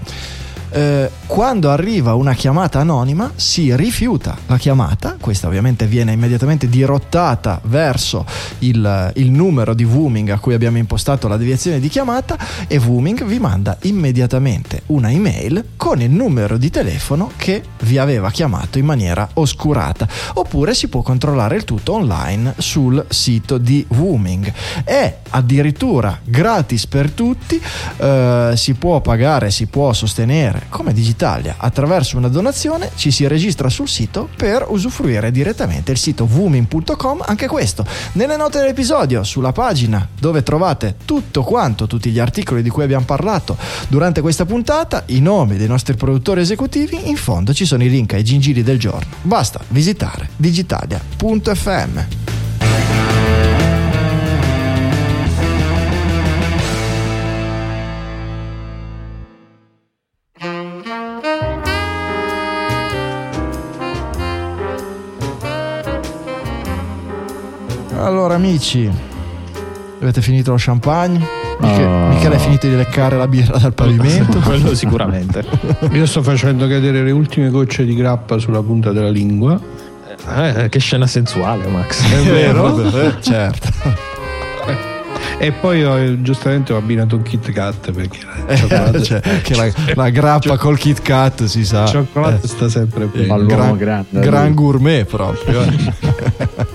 Eh, quando arriva una chiamata anonima si rifiuta la chiamata, questa ovviamente viene immediatamente dirottata verso il, il numero di Wooming a cui abbiamo impostato la deviazione di chiamata, e Wooming vi manda immediatamente una email con il numero di telefono che vi aveva chiamato in maniera oscurata, oppure si può controllare il tutto online sul sito di Wooming. È addirittura gratis per tutti, eh, si può pagare, si può sostenere come Digitalia attraverso una donazione, ci si registra sul sito per usufruire direttamente il sito wooming punto com. Anche questo nelle note dell'episodio, sulla pagina dove trovate tutto quanto, tutti gli articoli di cui abbiamo parlato durante questa puntata, i nomi dei nostri produttori esecutivi, in fondo ci sono i link ai gingilli del giorno. Basta visitare digitalia punto effe emme. Allora amici, avete finito lo champagne? Michele, oh. Michele hai finito di leccare la birra dal pavimento? Quello sicuramente. Io sto facendo cadere le ultime gocce di grappa sulla punta della lingua. Eh, che scena sensuale, Max. È vero? Eh, certo. E poi ho, giustamente ho abbinato un Kit Kat, perché eh, cioè, che la, la grappa col Kit Kat si sa. Il cioccolato eh. sta sempre bene. Eh, gran, grande, gran gourmet proprio.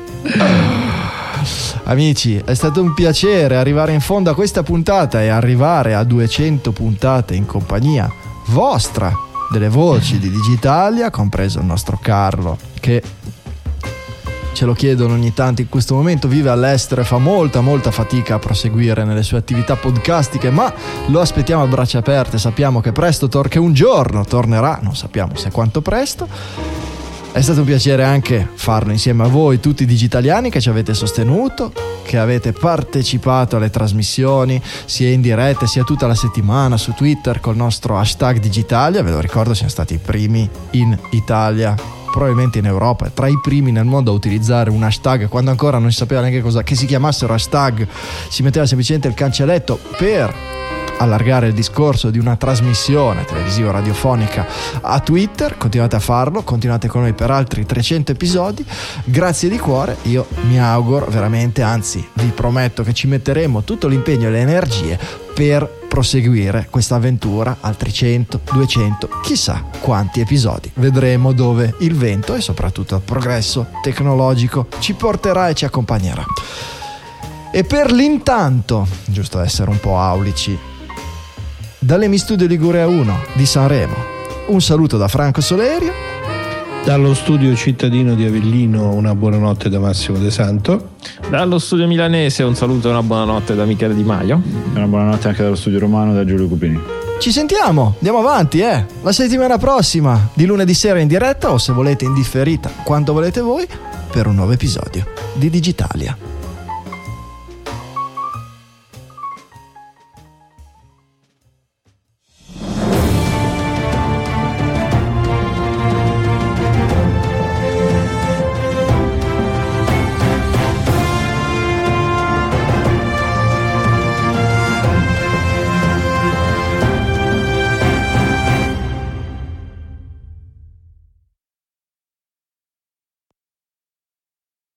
Amici, è stato un piacere arrivare in fondo a questa puntata e arrivare a duecento puntate in compagnia vostra, delle voci di Digitalia, compreso il nostro Carlo, che ce lo chiedono ogni tanto in questo momento, vive all'estero e fa molta molta fatica a proseguire nelle sue attività podcastiche, ma lo aspettiamo a braccia aperte. Sappiamo che presto, tor- che un giorno tornerà, non sappiamo se quanto presto. È stato un piacere anche farlo insieme a voi, tutti i digitaliani che ci avete sostenuto, che avete partecipato alle trasmissioni sia in diretta sia tutta la settimana su Twitter col nostro hashtag Digitalia. Ve lo ricordo, siamo stati i primi in Italia, probabilmente in Europa, tra i primi nel mondo a utilizzare un hashtag quando ancora non si sapeva neanche cosa che si chiamassero hashtag. Si metteva semplicemente il cancelletto per allargare il discorso di una trasmissione televisiva radiofonica a Twitter, continuate a farlo, continuate con noi per altri trecento episodi, grazie di cuore. Io mi auguro veramente, anzi vi prometto che ci metteremo tutto l'impegno e le energie per proseguire questa avventura, altri cento, duecento, chissà quanti episodi. Vedremo dove il vento e soprattutto il progresso tecnologico ci porterà e ci accompagnerà. E per l'intanto, giusto essere un po' aulici, dall'Emi Studio Liguria uno di Sanremo, un saluto da Franco Solerio. Dallo studio cittadino di Avellino una buonanotte da Massimo De Santo. Dallo studio milanese un saluto e una buonanotte da Michele Di Maio. E una buonanotte anche dallo studio romano da Giulio Cupini. Ci sentiamo, andiamo avanti, eh. La settimana prossima, di lunedì sera in diretta o se volete in differita, quando volete voi, per un nuovo episodio di Digitalia.